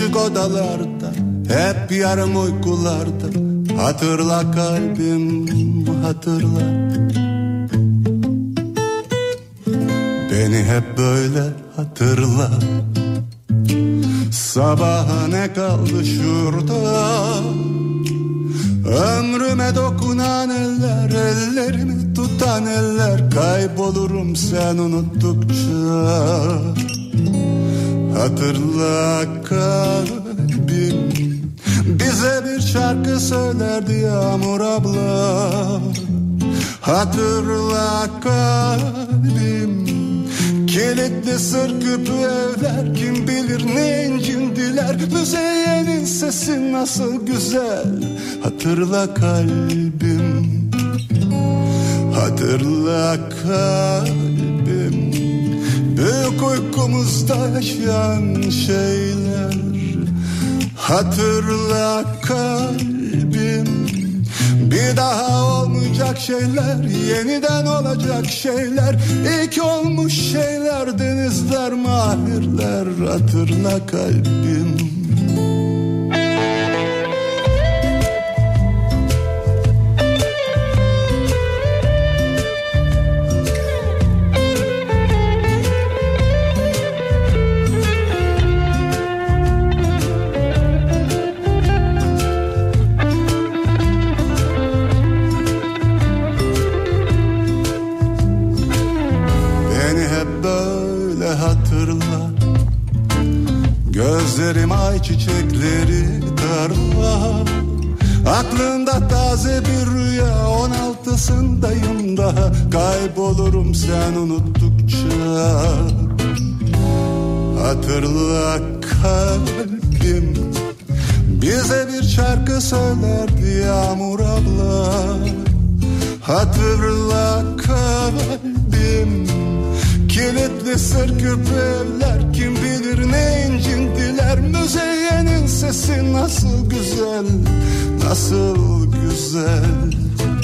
küçük odalarda, hep yarım uykularda. Hatırla kalbim, hatırla. Beni hep böyle hatırla. Sabaha ne kaldı şurada? Ömrüme dokunan eller, ellerimi tutan eller. Kaybolurum sen unuttukça. Hatırla kalbim, bize bir şarkı söylerdi Yağmur abla. Hatırla kalbim, kilitli sır küpü evler, kim bilir ne incindiler. Müzeyyenin sesi nasıl güzel. Hatırla kalbim, hatırla kalbim, büyük uykumuzda yaşayan şeyler. Hatırla kalbim, bir daha olmayacak şeyler, yeniden olacak şeyler. İlk olmuş şeyler, denizler, mahirler. Hatırla kalbim. Gözlerim ay çiçekleri tarla. Aklımda taze bir rüya, 16'sındayım daha. Kaybolurum sen unuttukça. Hatırla kalbim, bize bir şarkı söylerdi Yağmur abla. Hatırla kalbim, kilitli sır küpü evler, kim bilir ne incindiler. Müzeyyenin sesi nasıl güzel, nasıl güzel.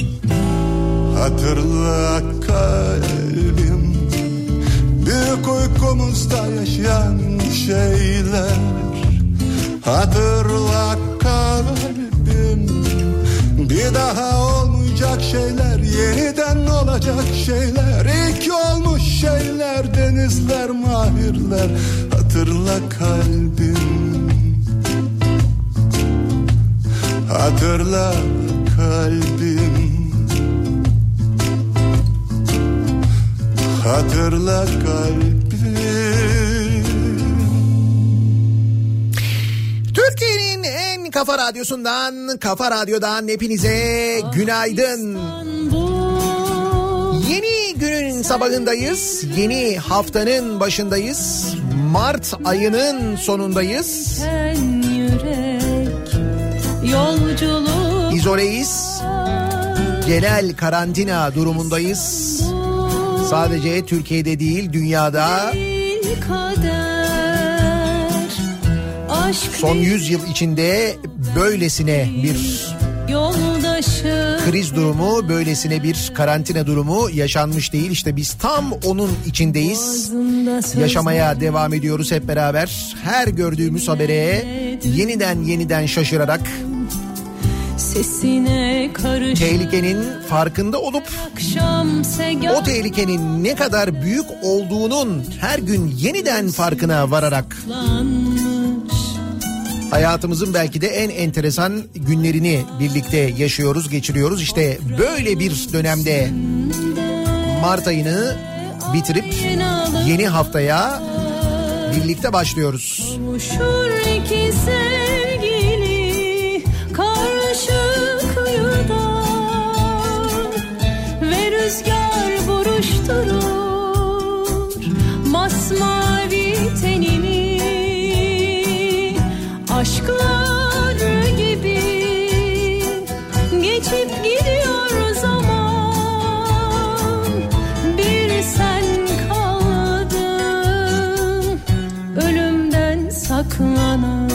Hatırla kalbim, büyük uykumuzda yaşayan şeyler. Hatırla kalbim, bir daha olmayacak şeyler, yeniden olacak şeyler. İlk olmuş şeyler, denizler, mahirler. Hatırla kalbim, hatırla kalbim, hatırla kalbim. Türkiye'nin en kafa radyosundan, Kafa Radyo'dan hepinize günaydın. Yeni günün sabahındayız, yeni haftanın başındayız, Mart ayının sonundayız. İzoleyiz, genel karantina durumundayız. Sadece Türkiye'de değil, dünyada. Son 100 yıl içinde böylesine bir kriz durumu, böylesine bir karantina durumu yaşanmış değil. İşte biz tam onun içindeyiz. Yaşamaya devam ediyoruz hep beraber. Her gördüğümüz habere yeniden şaşırarak, tehlikenin farkında olup o tehlikenin ne kadar büyük olduğunun her gün yeniden farkına vararak hayatımızın belki de en enteresan günlerini birlikte yaşıyoruz, geçiriyoruz. İşte böyle bir dönemde Mart ayını bitirip yeni haftaya birlikte başlıyoruz. İki sevgili karşı kıyıda ve rüzgar buruşturur masmavi tenini. Aşklar gibi geçip gidiyor zaman. Bir sen kaldın ölümden saklanan.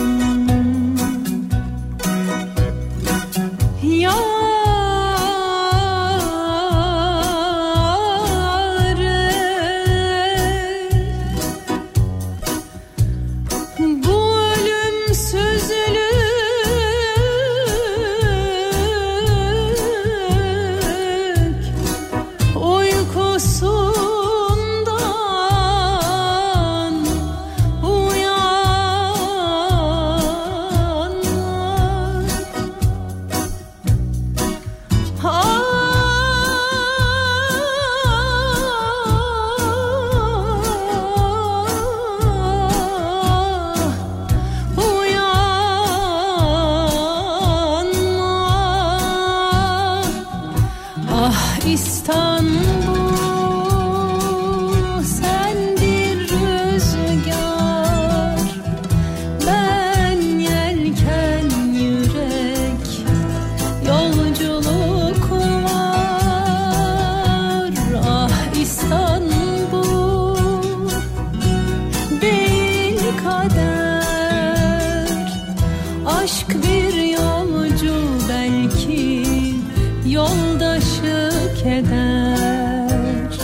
Aşk bir yolcu belki yoldaşı keder.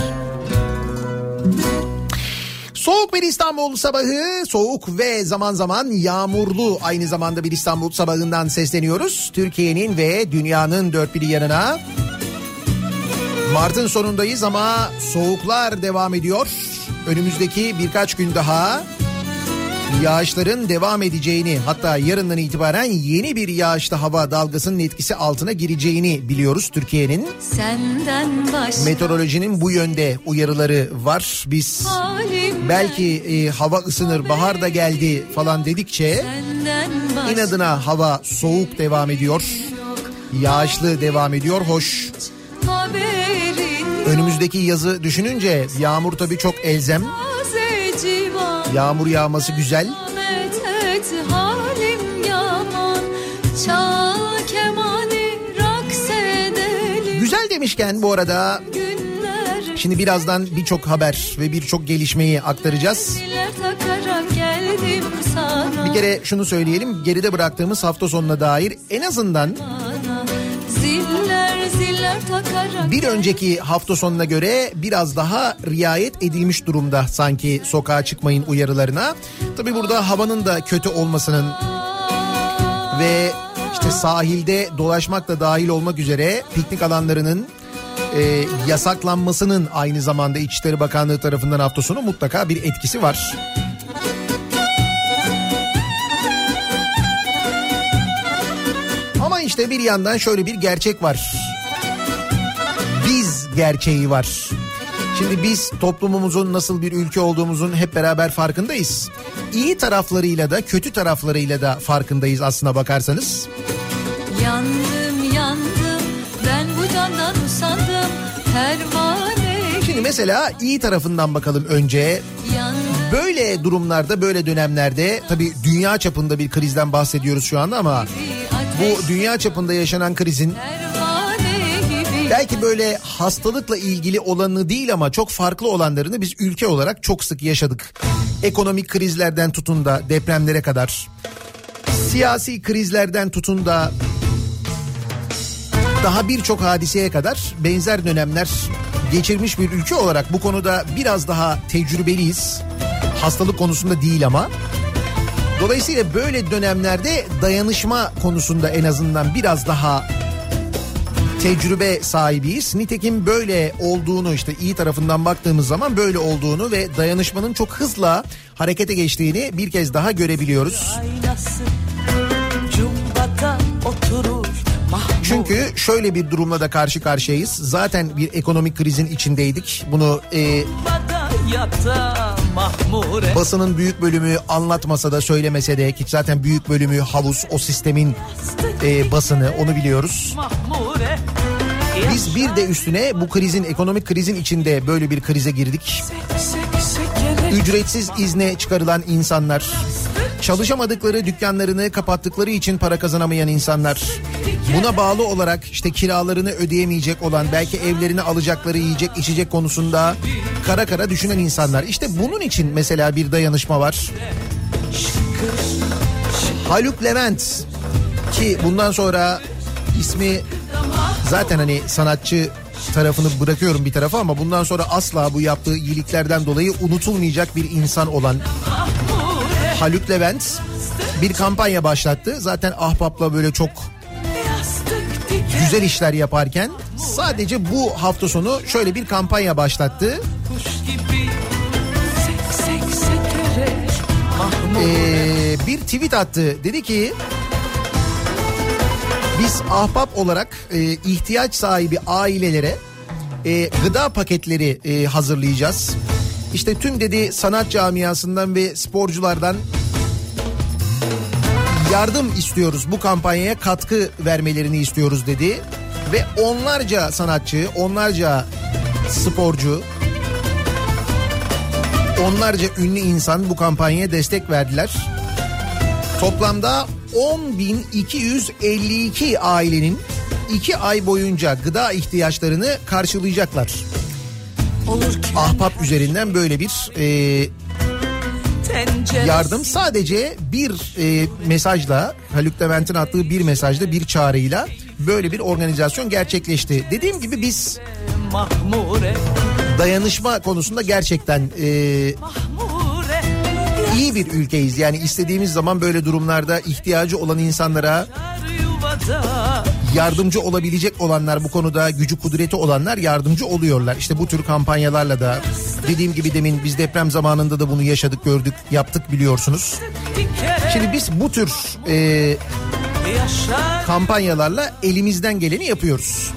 Soğuk bir İstanbul sabahı, soğuk ve zaman zaman yağmurlu aynı zamanda bir İstanbul sabahından sesleniyoruz. Türkiye'nin ve dünyanın dört bir yanına. Mart'ın sonundayız ama soğuklar devam ediyor. Önümüzdeki birkaç gün daha yağışların devam edeceğini, hatta yarından itibaren yeni bir yağışlı hava dalgasının etkisi altına gireceğini biliyoruz Türkiye'nin. Meteorolojinin bu yönde uyarıları var. Biz belki hava ısınır, bahar da geldi falan dedikçe inadına hava soğuk devam ediyor. Yağışlı devam ediyor. Hoş. Önümüzdeki yazı düşününce yağmur tabii çok elzem. Yağmur yağması güzel. Güzel demişken bu arada şimdi birazdan birçok haber ve birçok gelişmeyi aktaracağız. Bir kere şunu söyleyelim, geride bıraktığımız hafta sonuna dair en azından bir önceki hafta sonuna göre biraz daha riayet edilmiş durumda sanki sokağa çıkmayın uyarılarına. Tabii burada havanın da kötü olmasının ve işte sahilde dolaşmak da dahil olmak üzere piknik alanlarının yasaklanmasının aynı zamanda İçişleri Bakanlığı tarafından hafta sonu mutlaka bir etkisi var. Ama işte bir yandan şöyle bir gerçek var. Biz gerçeği var. Şimdi biz toplumumuzun nasıl bir ülke olduğumuzun hep beraber farkındayız. İyi taraflarıyla da kötü taraflarıyla da farkındayız aslına bakarsanız. Yandım yandım ben bu candan usandım pervane. Şimdi mesela iyi tarafından bakalım önce. Böyle durumlarda, böyle dönemlerde tabii dünya çapında bir krizden bahsediyoruz şu anda ama bu dünya çapında yaşanan krizin belki böyle hastalıkla ilgili olanı değil ama çok farklı olanlarını biz ülke olarak çok sık yaşadık. Ekonomik krizlerden tutun da depremlere kadar, siyasi krizlerden tutun da daha birçok hadiseye kadar benzer dönemler geçirmiş bir ülke olarak bu konuda biraz daha tecrübeliyiz. Hastalık konusunda değil ama. Dolayısıyla böyle dönemlerde dayanışma konusunda en azından biraz daha tecrübe sahibiyiz. Nitekim böyle olduğunu, işte iyi tarafından baktığımız zaman böyle olduğunu ve dayanışmanın çok hızla harekete geçtiğini bir kez daha görebiliyoruz. Çünkü şöyle bir durumla da karşı karşıyayız. Zaten bir ekonomik krizin içindeydik. Bunu basının büyük bölümü anlatmasa da söylemese de, ki zaten büyük bölümü havuz, o sistemin basını, onu biliyoruz. Biz bir de üstüne bu krizin, ekonomik krizin içinde böyle bir krize girdik. Ücretsiz izne çıkarılan insanlar, çalışamadıkları dükkanlarını kapattıkları için para kazanamayan insanlar, buna bağlı olarak işte kiralarını ödeyemeyecek olan, belki evlerini alacakları yiyecek içecek konusunda kara kara düşünen insanlar. İşte bunun için mesela bir dayanışma var. Haluk Levent, ki bundan sonra ismi zaten hani sanatçı tarafını bırakıyorum bir tarafa ama bundan sonra asla bu yaptığı iyiliklerden dolayı unutulmayacak bir insan olan Haluk Levent bir kampanya başlattı. Zaten Ahbap'la böyle çok güzel işler yaparken sadece bu hafta sonu şöyle bir kampanya başlattı. Bir tweet attı. Dedi ki biz Ahbap olarak ihtiyaç sahibi ailelere gıda paketleri hazırlayacağız. İşte tüm dedi sanat camiasından ve sporculardan yardım istiyoruz. Bu kampanyaya katkı vermelerini istiyoruz dedi. Ve onlarca sanatçı, onlarca sporcu, onlarca ünlü insan bu kampanyaya destek verdiler. Toplamda 10.252 ailenin 2 ay boyunca gıda ihtiyaçlarını karşılayacaklar. Ahbap üzerinden böyle bir yardım sadece bir mesajla, Haluk Levent'in attığı bir mesajla, bir çağrıyla böyle bir organizasyon gerçekleşti. Dediğim gibi biz dayanışma konusunda gerçekten iyi bir ülkeyiz. Yani istediğimiz zaman böyle durumlarda ihtiyacı olan insanlara yardımcı olabilecek olanlar, bu konuda gücü kudreti olanlar yardımcı oluyorlar. İşte bu tür kampanyalarla da, dediğim gibi demin biz deprem zamanında da bunu yaşadık, gördük, yaptık biliyorsunuz. Şimdi biz bu tür kampanyalarla elimizden geleni yapıyoruz.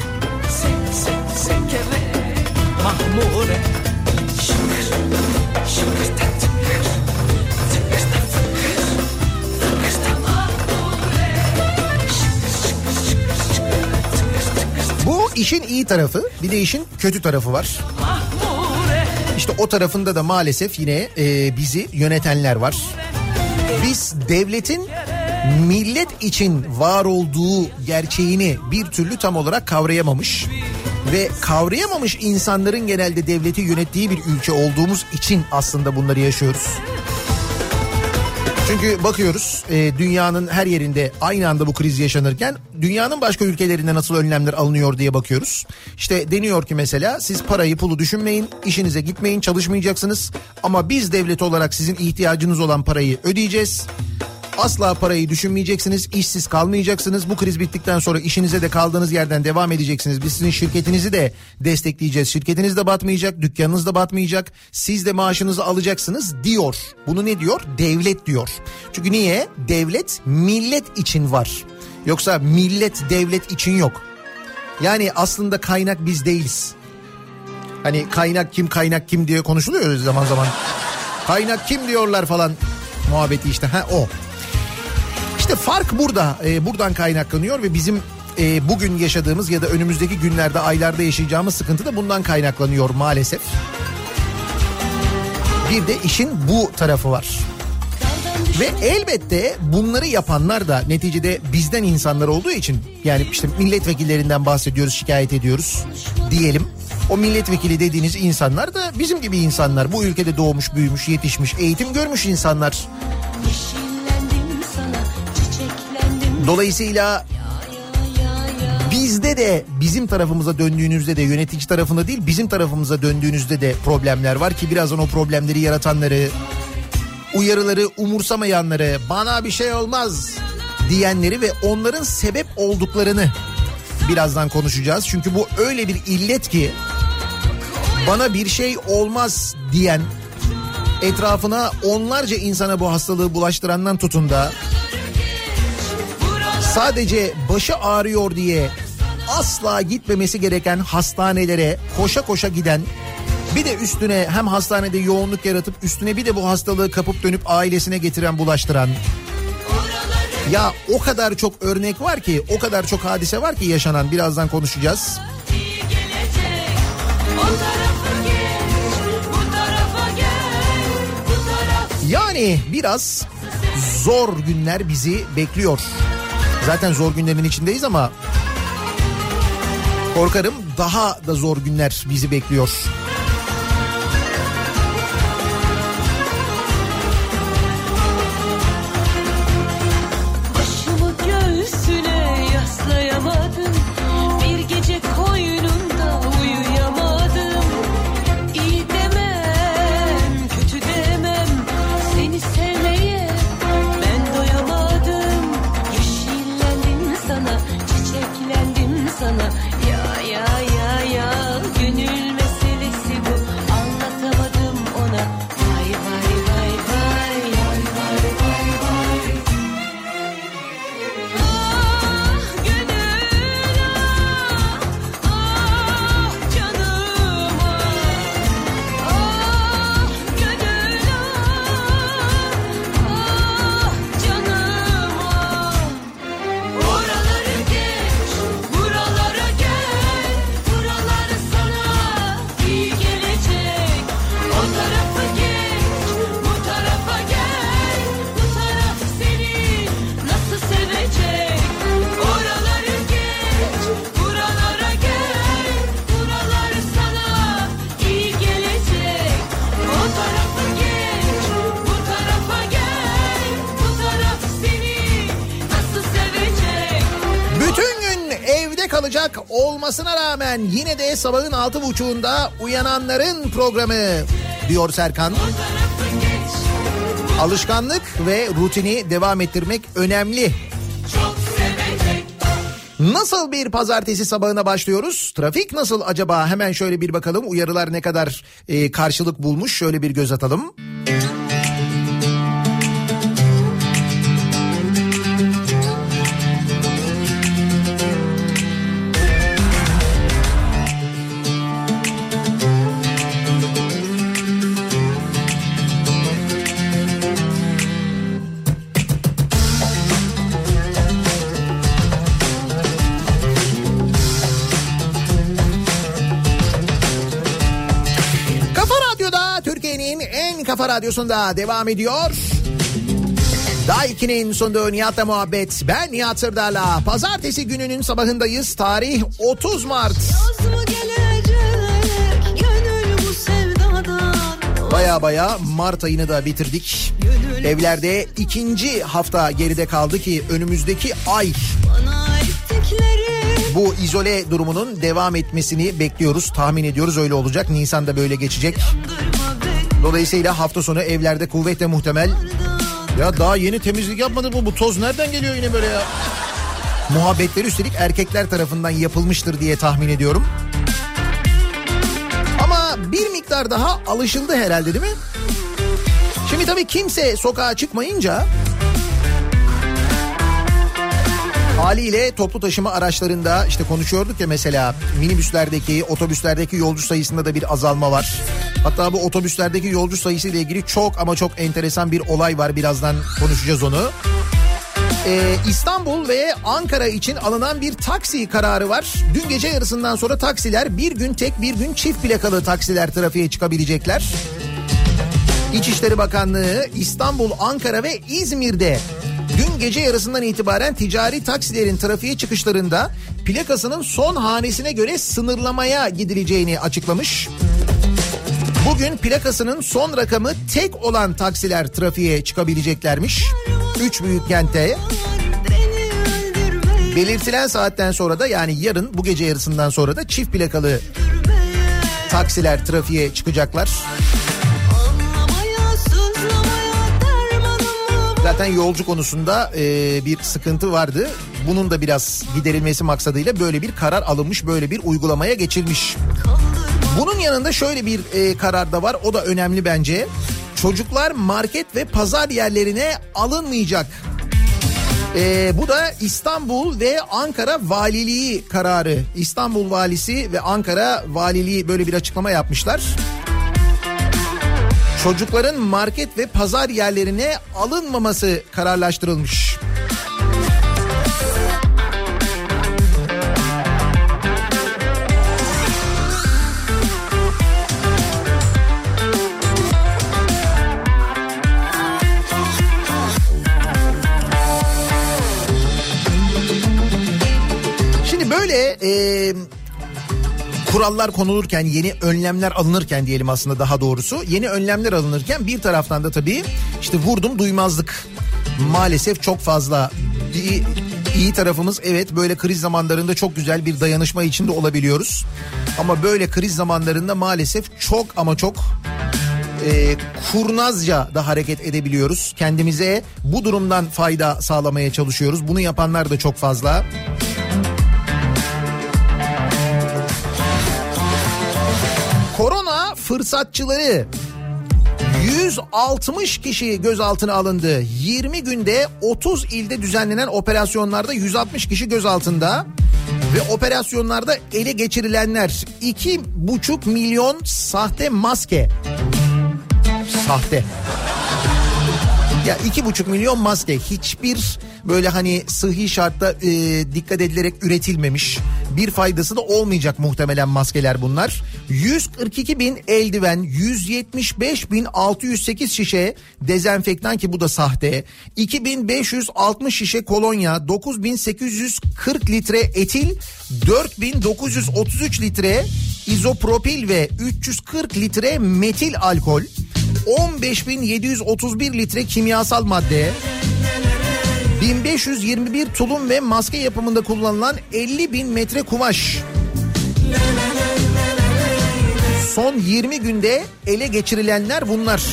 Bu işin iyi tarafı, bir de işin kötü tarafı var. İşte o tarafında da maalesef yine bizi yönetenler var. Biz devletin millet için var olduğu gerçeğini bir türlü tam olarak kavrayamamış ve kavrayamamış insanların genelde devleti yönettiği bir ülke olduğumuz için aslında bunları yaşıyoruz. Çünkü bakıyoruz dünyanın her yerinde aynı anda bu kriz yaşanırken dünyanın başka ülkelerinde nasıl önlemler alınıyor diye bakıyoruz. İşte deniyor ki mesela siz parayı pulu düşünmeyin, işinize gitmeyin, çalışmayacaksınız ama biz devlet olarak sizin ihtiyacınız olan parayı ödeyeceğiz. Asla parayı düşünmeyeceksiniz, işsiz kalmayacaksınız. Bu kriz bittikten sonra işinize de kaldığınız yerden devam edeceksiniz. Biz sizin şirketinizi de destekleyeceğiz. Şirketiniz de batmayacak, dükkanınız da batmayacak. Siz de maaşınızı alacaksınız diyor. Bunu ne diyor? Devlet diyor. Çünkü niye? Devlet millet için var. Yoksa millet devlet için yok. Yani aslında kaynak biz değiliz. Hani kaynak kim diye konuşuluyor zaman zaman. Kaynak kim diyorlar falan muhabbeti işte. O. İşte fark burada, buradan kaynaklanıyor ve bizim bugün yaşadığımız ya da önümüzdeki günlerde, aylarda yaşayacağımız sıkıntı da bundan kaynaklanıyor maalesef. Bir de işin bu tarafı var. Ve elbette bunları yapanlar da neticede bizden insanlar olduğu için, yani işte milletvekillerinden bahsediyoruz, şikayet ediyoruz diyelim. O milletvekili dediğiniz insanlar da bizim gibi insanlar. Bu ülkede doğmuş, büyümüş, yetişmiş, eğitim görmüş insanlar. Dolayısıyla bizde de, bizim tarafımıza döndüğünüzde de, yönetici tarafında değil bizim tarafımıza döndüğünüzde de problemler var ki birazdan o problemleri yaratanları, uyarıları umursamayanları, bana bir şey olmaz diyenleri ve onların sebep olduklarını birazdan konuşacağız. Çünkü bu öyle bir illet ki bana bir şey olmaz diyen, etrafına onlarca insana bu hastalığı bulaştırandan tutun da sadece başı ağrıyor diye asla gitmemesi gereken hastanelere koşa koşa giden, bir de üstüne hem hastanede yoğunluk yaratıp üstüne bir de bu hastalığı kapıp dönüp ailesine getiren, bulaştıran. Ya o kadar çok örnek var ki, o kadar çok hadise var ki yaşanan, birazdan konuşacağız. Yani biraz zor günler bizi bekliyor. Zaten zor günlerin içindeyiz ama korkarım daha da zor günler bizi bekliyor. Başımı göğsüne yaslayamadım, bir gece koynunda uyuyamadım. İyi demem, kötü demem, seni sevmeye ben doyamadım. Yeşillendim sana, çiçeklendim sana, ya gönül meselesi. kalacak olmasına rağmen yine de sabahın 6.30'unda uyananların programı diyor Serkan. Alışkanlık ve rutini devam ettirmek önemli. Nasıl bir pazartesi sabahına başlıyoruz? Trafik nasıl acaba? Hemen şöyle bir bakalım. Uyarılar ne kadar karşılık bulmuş? Şöyle bir göz atalım. Kafa Radyosu'nda devam ediyor. Daiki'nin sunduğu Nihat'la muhabbet. Ben Nihat Sırdar'la. Pazartesi gününün sabahındayız. Tarih 30 Mart. Baya Mart ayını da bitirdik. Evlerde ikinci hafta geride kaldı ki önümüzdeki ay bu izole durumunun devam etmesini bekliyoruz. Tahmin ediyoruz öyle olacak. Nisan'da böyle geçecek. Dolayısıyla hafta sonu evlerde kuvvetle muhtemel. Ya daha yeni temizlik yapmadı bu toz nereden geliyor yine böyle ya? Muhabbetleri üstelik erkekler tarafından yapılmıştır diye tahmin ediyorum. Ama bir miktar daha alışıldı herhalde değil mi? Şimdi tabii kimse sokağa çıkmayınca haliyle toplu taşıma araçlarında işte konuşuyorduk ya mesela minibüslerdeki, otobüslerdeki yolcu sayısında da bir azalma var. Hatta bu otobüslerdeki yolcu sayısı ile ilgili çok ama çok enteresan bir olay var. Birazdan konuşacağız onu. İstanbul ve Ankara için alınan bir taksi kararı var. Dün gece yarısından sonra taksiler bir gün tek bir gün çift plakalı taksiler trafiğe çıkabilecekler. İçişleri Bakanlığı İstanbul, Ankara ve İzmir'de dün gece yarısından itibaren ticari taksilerin trafiğe çıkışlarında plakasının son hanesine göre sınırlamaya gidileceğini açıklamış. Bugün plakasının son rakamı tek olan taksiler trafiğe çıkabileceklermiş. 3 büyük kente. Belirtilen saatten sonra da yani yarın bu gece yarısından sonra da çift plakalı taksiler trafiğe çıkacaklar. Zaten yolcu konusunda bir sıkıntı vardı. Bunun da biraz giderilmesi maksadıyla böyle bir karar alınmış, böyle bir uygulamaya geçilmiş. Bunun yanında şöyle bir karar da var, o da önemli bence. Çocuklar market ve pazar yerlerine alınmayacak. Bu da İstanbul ve Ankara Valiliği kararı. İstanbul Valisi ve Ankara Valiliği böyle bir açıklama yapmışlar. Çocukların market ve pazar yerlerine alınmaması kararlaştırılmış. Şimdi böyle kurallar konulurken, yeni önlemler alınırken diyelim aslında daha doğrusu. Yeni önlemler alınırken bir taraftan da tabii işte vurdum duymazlık maalesef çok fazla. İyi tarafımız evet böyle kriz zamanlarında çok güzel bir dayanışma içinde olabiliyoruz. Ama böyle kriz zamanlarında maalesef çok ama çok kurnazca da hareket edebiliyoruz. Kendimize bu durumdan fayda sağlamaya çalışıyoruz. Bunu yapanlar da çok fazla. Korona fırsatçıları 160 kişi gözaltına alındı. 20 günde 30 ilde düzenlenen operasyonlarda 160 kişi gözaltında. Ve operasyonlarda ele geçirilenler 2,5 milyon sahte maske. Sahte. Ya 2,5 milyon maske hiçbir böyle hani sıhhi şartta dikkat edilerek üretilmemiş. Bir faydası da olmayacak muhtemelen maskeler bunlar. 142 bin eldiven, 175.608 şişe dezenfektan ki bu da sahte. 2560 şişe kolonya, 9.840 litre etil, 4.933 litre izopropil ve 340 litre metil alkol, 15.731 litre kimyasal madde, 1521 tulum ve maske yapımında kullanılan 50.000 metre kumaş. Son 20 günde ele geçirilenler bunlar.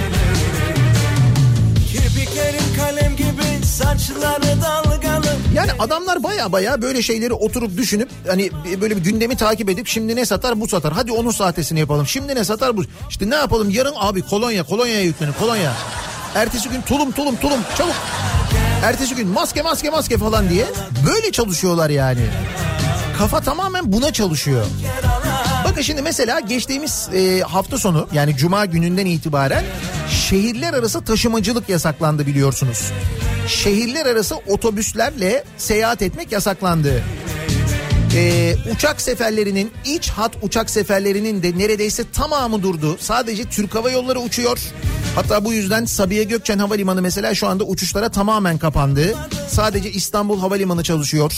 Kirpiklerin kalem gibi, saçları dalgalı. Yani adamlar baya böyle şeyleri oturup düşünüp hani böyle bir gündemi takip edip şimdi ne satar bu satar. Hadi onun sahtesini yapalım. Şimdi ne satar bu. İşte ne yapalım yarın abi kolonyaya yüklenin kolonya. Ertesi gün tulum çabuk. Ertesi gün maske falan diye böyle çalışıyorlar yani. Kafa tamamen buna çalışıyor. Bakın şimdi mesela geçtiğimiz hafta sonu yani cuma gününden itibaren şehirler arası taşımacılık yasaklandı biliyorsunuz. Şehirler arası otobüslerle seyahat etmek yasaklandı. Uçak seferlerinin iç hat uçak seferlerinin de neredeyse tamamı durdu. Sadece Türk Hava Yolları uçuyor. Hatta bu yüzden Sabiha Gökçen Havalimanı mesela şu anda uçuşlara tamamen kapandı. Sadece İstanbul Havalimanı çalışıyor.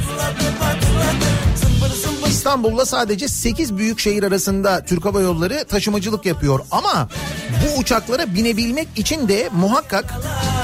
İstanbul'la sadece 8 büyük şehir arasında Türk Hava Yolları taşımacılık yapıyor. Ama bu uçaklara binebilmek için de muhakkak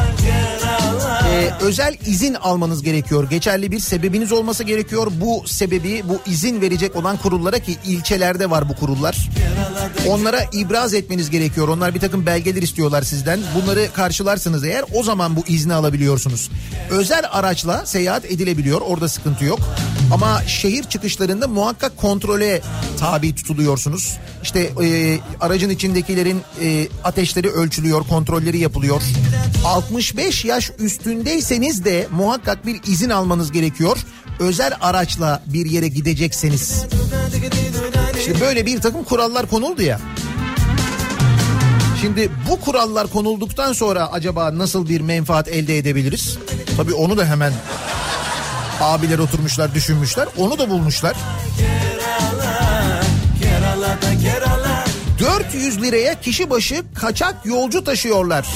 özel izin almanız gerekiyor. Geçerli bir sebebiniz olması gerekiyor. Bu sebebi bu izin verecek olan kurullara ki ilçelerde var bu kurullar. Onlara ibraz etmeniz gerekiyor. Onlar bir takım belgeler istiyorlar sizden. Bunları karşılarsınız eğer o zaman bu izni alabiliyorsunuz. Özel araçla seyahat edilebiliyor. Orada sıkıntı yok. Ama şehir çıkışlarında muhakkak kontrole tabi tutuluyorsunuz. İşte aracın içindekilerin ateşleri ölçülüyor, kontrolleri yapılıyor. 65 yaş üstündeyseniz de muhakkak bir izin almanız gerekiyor. Özel araçla bir yere gidecekseniz. İşte böyle bir takım kurallar konuldu ya. Şimdi bu kurallar konulduktan sonra acaba nasıl bir menfaat elde edebiliriz? Tabii onu da hemen abiler oturmuşlar, düşünmüşler. Onu da bulmuşlar. 400 liraya kişi başı kaçak yolcu taşıyorlar.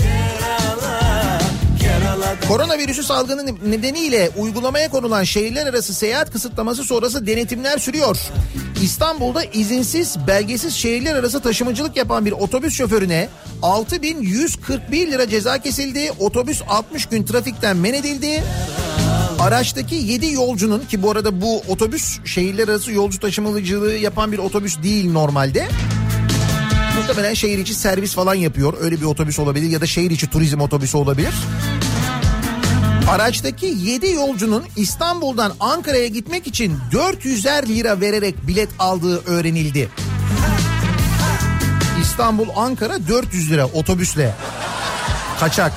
Koronavirüsü salgını nedeniyle uygulamaya konulan şehirler arası seyahat kısıtlaması sonrası denetimler sürüyor. İstanbul'da izinsiz, belgesiz şehirler arası taşımacılık yapan bir otobüs şoförüne 6.141 lira ceza kesildi. Otobüs 60 gün trafikten men edildi. Araçtaki 7 yolcunun ki bu arada bu otobüs şehirler arası yolcu taşımacılığı yapan bir otobüs değil normalde. Muhtemelen şehir içi servis falan yapıyor. Öyle bir otobüs olabilir ya da şehir içi turizm otobüsü olabilir. Araçtaki 7 yolcunun İstanbul'dan Ankara'ya gitmek için 400'er lira vererek bilet aldığı öğrenildi. İstanbul Ankara 400 lira otobüsle. Kaçak.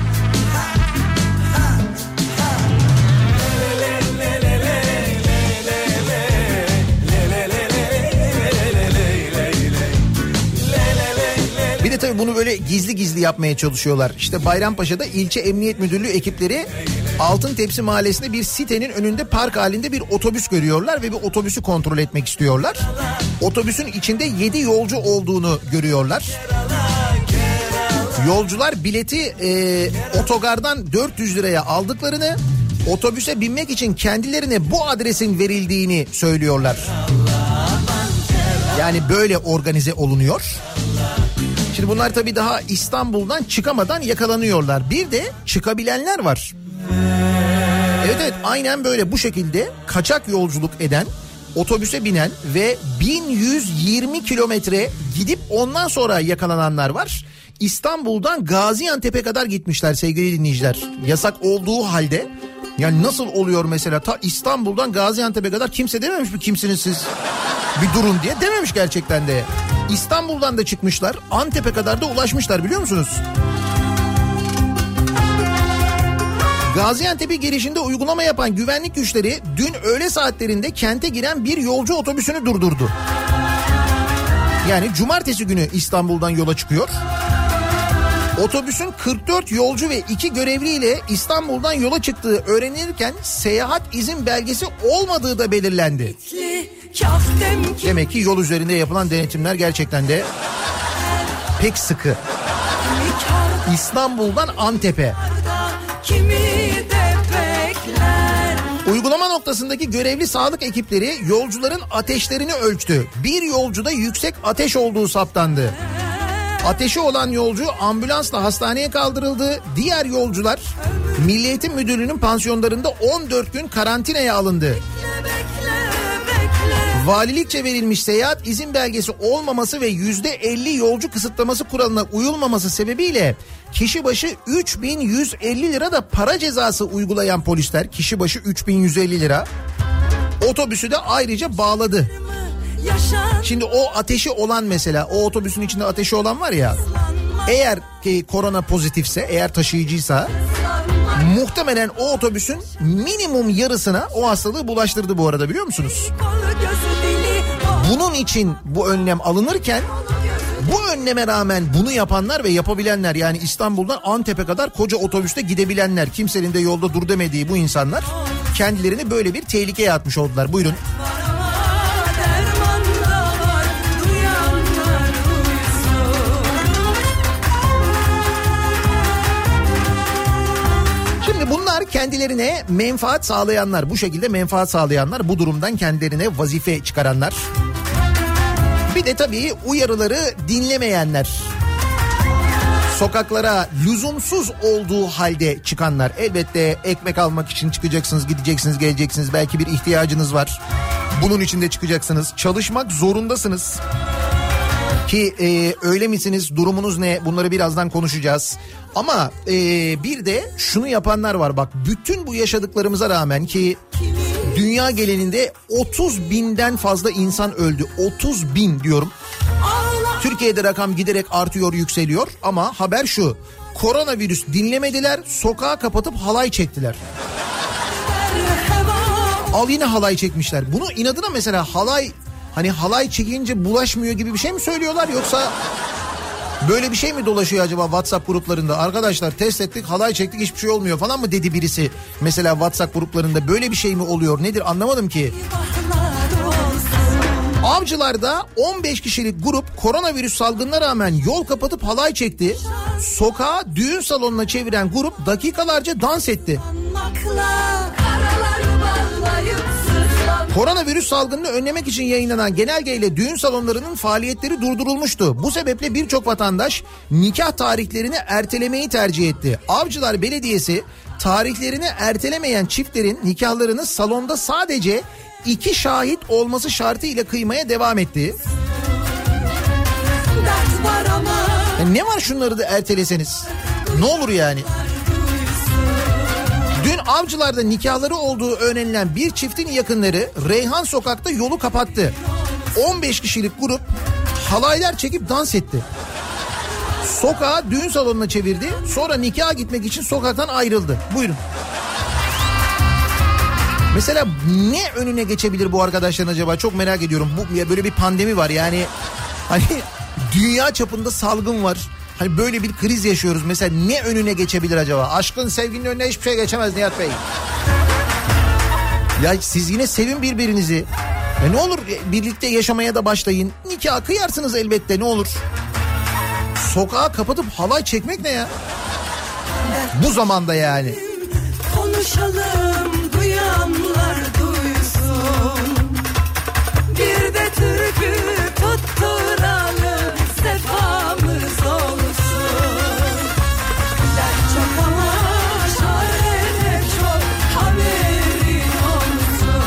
Bir de tabii bunu böyle gizli yapmaya çalışıyorlar. İşte Bayrampaşa'da ilçe emniyet müdürlüğü ekipleri Altıntepsi mahallesinde bir sitenin önünde park halinde bir otobüs görüyorlar ve bir otobüsü kontrol etmek istiyorlar. Otobüsün içinde 7 yolcu olduğunu görüyorlar. Yolcular bileti otogardan 400 liraya aldıklarını, otobüse binmek için kendilerine bu adresin verildiğini söylüyorlar. Yani böyle organize olunuyor. Şimdi bunlar tabii daha İstanbul'dan çıkamadan yakalanıyorlar. Bir de çıkabilenler var. Evet aynen böyle bu şekilde kaçak yolculuk eden, otobüse binen ve 1120 kilometre gidip ondan sonra yakalananlar var. İstanbul'dan Gaziantep'e kadar gitmişler sevgili dinleyiciler. Yasak olduğu halde. Yani nasıl oluyor mesela ta İstanbul'dan Gaziantep'e kadar kimse dememiş mi kimsiniz siz bir durun diye, dememiş gerçekten de. İstanbul'dan da çıkmışlar, Antep'e kadar da ulaşmışlar biliyor musunuz? Gaziantep'in girişinde uygulama yapan güvenlik güçleri dün öğle saatlerinde kente giren bir yolcu otobüsünü durdurdu. Yani cumartesi günü İstanbul'dan yola çıkıyor. Otobüsün 44 yolcu ve 2 görevliyle İstanbul'dan yola çıktığı öğrenilirken seyahat izin belgesi olmadığı da belirlendi. Demek ki yol üzerinde yapılan denetimler gerçekten de pek sıkı. İstanbul'dan Antep'e. Uygulama noktasındaki görevli sağlık ekipleri yolcuların ateşlerini ölçtü. Bir yolcuda yüksek ateş olduğu saptandı. Ateşi olan yolcu ambulansla hastaneye kaldırıldı. Diğer yolcular Milli Eğitim Müdürlüğü'nün pansiyonlarında 14 gün karantinaya alındı. Valilikçe verilmiş seyahat izin belgesi olmaması ve %50 yolcu kısıtlaması kuralına uyulmaması sebebiyle kişi başı 3.150 lira da para cezası uygulayan polisler, kişi başı 3.150 lira, otobüsü de ayrıca bağladı. Şimdi o ateşi olan, mesela o otobüsün içinde ateşi olan var ya, eğer ki korona pozitifse, eğer taşıyıcıysa muhtemelen o otobüsün minimum yarısına o hastalığı bulaştırdı bu arada, biliyor musunuz? Bunun için bu önlem alınırken, bu önleme rağmen bunu yapanlar ve yapabilenler, yani İstanbul'dan Antep'e kadar koca otobüste gidebilenler, kimsenin de yolda dur demediği bu insanlar kendilerini böyle bir tehlikeye atmış oldular. Buyurun. Bunlar kendilerine menfaat sağlayanlar, bu şekilde menfaat sağlayanlar, bu durumdan kendilerine vazife çıkaranlar. Bir de tabii uyarıları dinlemeyenler. Sokaklara lüzumsuz olduğu halde çıkanlar. Elbette ekmek almak için çıkacaksınız, gideceksiniz, geleceksiniz. Belki bir ihtiyacınız var. Bunun için de çıkacaksınız. Çalışmak zorundasınız. Ki öyle misiniz, durumunuz ne, bunları birazdan konuşacağız. Ama bir de şunu yapanlar var, bak, bütün bu yaşadıklarımıza rağmen ki dünya genelinde 30 binden fazla insan öldü. 30 bin diyorum. Türkiye'de rakam giderek artıyor, yükseliyor ama haber şu: koronavirüs dinlemediler, sokağa kapatıp halay çektiler. Al yine halay çekmişler. Bunu inadına mesela halay, hani halay çekince bulaşmıyor gibi bir şey mi söylüyorlar, yoksa böyle bir şey mi dolaşıyor acaba WhatsApp gruplarında? Arkadaşlar test ettik, halay çektik, hiçbir şey olmuyor falan mı dedi birisi? Mesela WhatsApp gruplarında böyle bir şey mi oluyor, nedir anlamadım ki. Avcılar'da 15 kişilik grup koronavirüs salgınına rağmen yol kapatıp halay çekti. Sokağı düğün salonuna çeviren grup dakikalarca dans etti. Koronavirüs salgınını önlemek için yayınlanan genelgeyle düğün salonlarının faaliyetleri durdurulmuştu. Bu sebeple birçok vatandaş nikah tarihlerini ertelemeyi tercih etti. Avcılar Belediyesi tarihlerini ertelemeyen çiftlerin nikahlarını salonda sadece 2 şahit olması şartıyla kıymaya devam etti. Ne var şunları da erteleseniz? Ne olur yani? Dün Avcılar'da nikahları olduğu öğrenilen bir çiftin yakınları Reyhan Sokak'ta yolu kapattı. 15 kişilik grup halaylar çekip dans etti. Sokağı düğün salonuna çevirdi. Sonra nikaha gitmek için sokaktan ayrıldı. Buyurun. Mesela ne önüne geçebilir bu arkadaşların acaba? Çok merak ediyorum. Böyle bir pandemi var yani. Hani dünya çapında salgın var. Hani böyle bir kriz yaşıyoruz. Mesela ne önüne geçebilir acaba? Aşkın, sevginin önüne hiçbir şey geçemez Nihat Bey. Ya siz yine sevin birbirinizi. Ne olur birlikte yaşamaya da başlayın. Nikah kıyarsınız elbette, ne olur. Sokağa kapatıp halay çekmek ne ya? Bu zamanda yani. Konuşalım, duyanlar duysun. Bir de türkü tutturalım, sefamız olsun. Dert çok ama çare çok, haberin olsun.